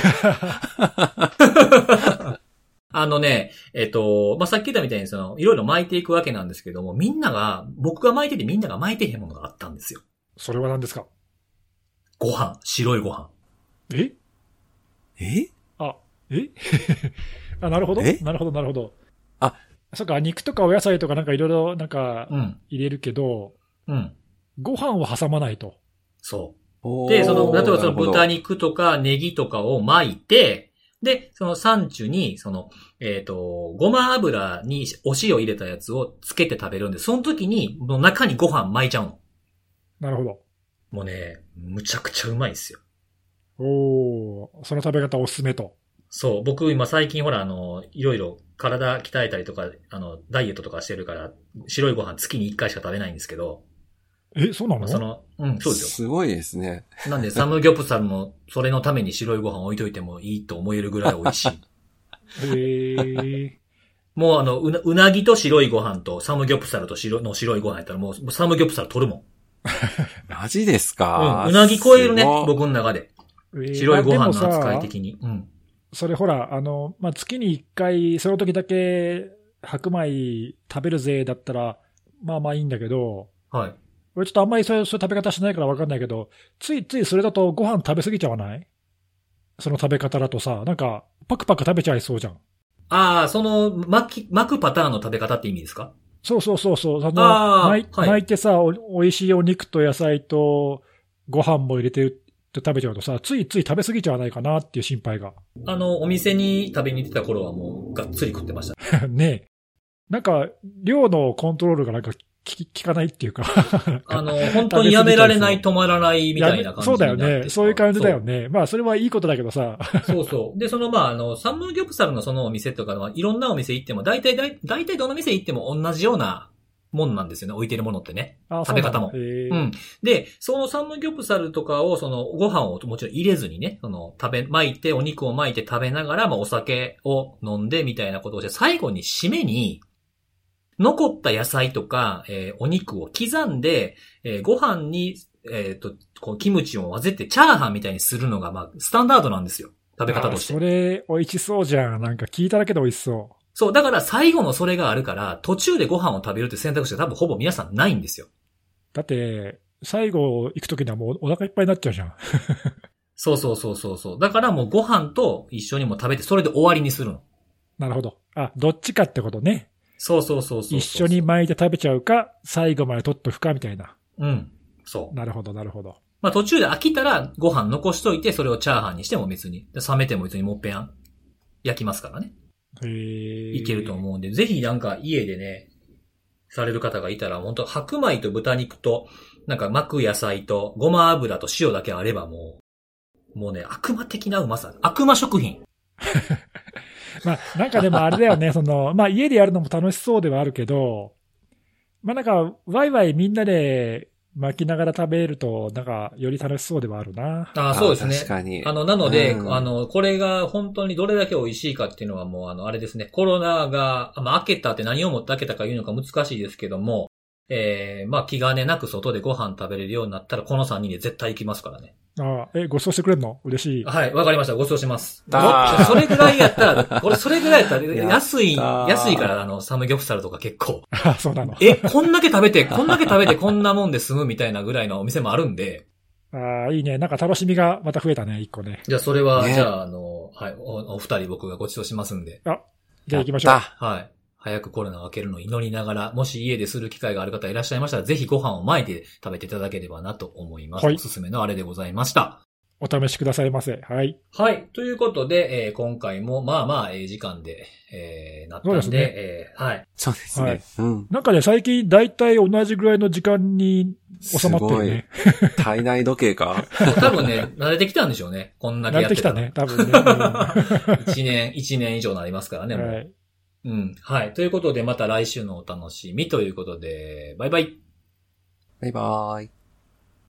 まあ、さっき言ったみたいにいろいろ巻いていくわけなんですけども、僕が巻いててみんなが巻いてへんものがあったんですよ。 それは何ですか？ 白いご飯。 なるほど。なるほど。そっか、肉とかお野菜とかなんかいろいろなんか入れるけど、ご飯を挟まないと。 そう。で、例えば豚肉とかネギとかを巻いて、で、サンチュに、ごま油にお塩入れたやつをつけて食べるんで、その時に、中にご飯巻いちゃうの。 なるほど。 もうね、むちゃくちゃうまいですよ。 その食べ方おすすめと。 そう、僕今最近ほらいろいろ体鍛えたりとか、ダイエットとかしてるから、白いご飯月に1回しか食べないんですけど。 そうなの？ うん、そうですよ。 すごいですね。 なんで、サムギョプサルの、それのために白いご飯置いといてもいいと思えるぐらい美味しい。もううなぎと白いご飯とサムギョプサルと白いご飯やったらもうサムギョプサル取るもん。 マジですか？ うん、うなぎ超えるね、僕の中で。白いご飯の扱い的に。うん。 それほら、まあ、月に1回、その時だけ白米食べるぜだったら、まあまあいいんだけど、 はい。 俺ちょっとあんまりそういう食べ方しないから分かんないけど、ついついそれだとご飯食べ過ぎちゃわない？その食べ方だとさ、なんか、パクパク食べちゃいそうじゃん。 ああ、巻くパターンの食べ方って意味ですか？ そう。 はい、 巻いてさ、おいしいお肉と野菜とご飯も入れて食べちゃうとさ、ついつい食べ過ぎちゃわないかなっていう心配が。 お店に食べに行ってた頃はもうがっつり食ってました。 ねえ。なんか、量のコントロールがなんか効かないっていうか本当にやめられない、止まらないみたいな感じになって。 そうだよね。そういう感じだよね。まあ、それはいいことだけどさ。 そう。で、サムギョプサルのそのお店とかはいろんなお店行っても、大体どの店行っても同じようなもんなんですよね。置いてるものってね。食べ方も。うん。で、そのサムギョプサルとかを、ご飯をもちろん入れずにね、巻いて、お肉を巻いて食べながら、まあ、お酒を飲んでみたいなことをして、最後に締めに、残った野菜とか、お肉を刻んで、ご飯に、こうキムチを混ぜてチャーハンみたいにするのが、まあ、スタンダードなんですよ。食べ方として。 それ、美味しそうじゃん。なんか聞いただけで美味しそう。 そう、だから最後のそれがあるから、途中でご飯を食べるって選択肢が多分ほぼ皆さんないんですよ。 だって、最後行くときにはもうお腹いっぱいになっちゃうじゃん。 そう。だからもうご飯と一緒にも食べて、それで終わりにするの。 なるほど。あ、どっちかってことね。 そう。 一緒に巻いて食べちゃうか、最後まで取っとくかみたいな。 うん。そう。 なるほど。 まあ途中で飽きたらご飯残しといて、それをチャーハンにしても別に。冷めても別にもっぺん焼きますからね。いけると思うんで、ぜひなんか家でね、される方がいたら、本当白米と豚肉と、なんか巻く野菜と、ごま油と塩だけあればもうね、悪魔的なうまさ。悪魔食品。 まあ、なんかでもあれだよね、まあ家でやるのも楽しそうではあるけど、まあなんか、ワイワイみんなで巻きながら食べると、なんか、より楽しそうではあるな。 そうですね。 確かに。 なので、これが本当にどれだけ美味しいかっていうのはもう、あれですね、コロナが、まあ、明けたって何をもって明けたか言うのか難しいですけども、まあ、気兼ねなく外でご飯食べれるようになったら、この3人で絶対行きますからね。 ご馳走してくれるの？嬉しい。 はい、わかりました。ご馳走します。それぐらいやったら、安いから、サムギョプサルとか結構。 そうなの。 こんだけ食べて、こんなもんで済むみたいなぐらいのお店もあるんで。 いいね。なんか楽しみがまた増えたね、一個ね。 じゃあそれは、ね、じゃあはい、お二人僕がご馳走しますんで。 じゃあ行きましょう。 はい。早くコロナが明けるのを祈りながら、もし家でする機会がある方いらっしゃいましたら、ぜひご飯を巻いて食べていただければなと思います。はい、おすすめのあれでございました。 お試しくださいませ。はい。 はい。ということで、今回もまあまあ、時間で、なったんで、 そうですね、 はい。 そうですね。はい、 なんかね、最近だいたい同じぐらいの時間に収まってるね。 体内時計か多分ね、慣れてきたんでしょうね。こんだけやってたら。 慣れてきたね、多分ね。1年以上になりますからね、もう。はい。はい。ということで、また来週のお楽しみということで、バイバイ。 バイバーイ。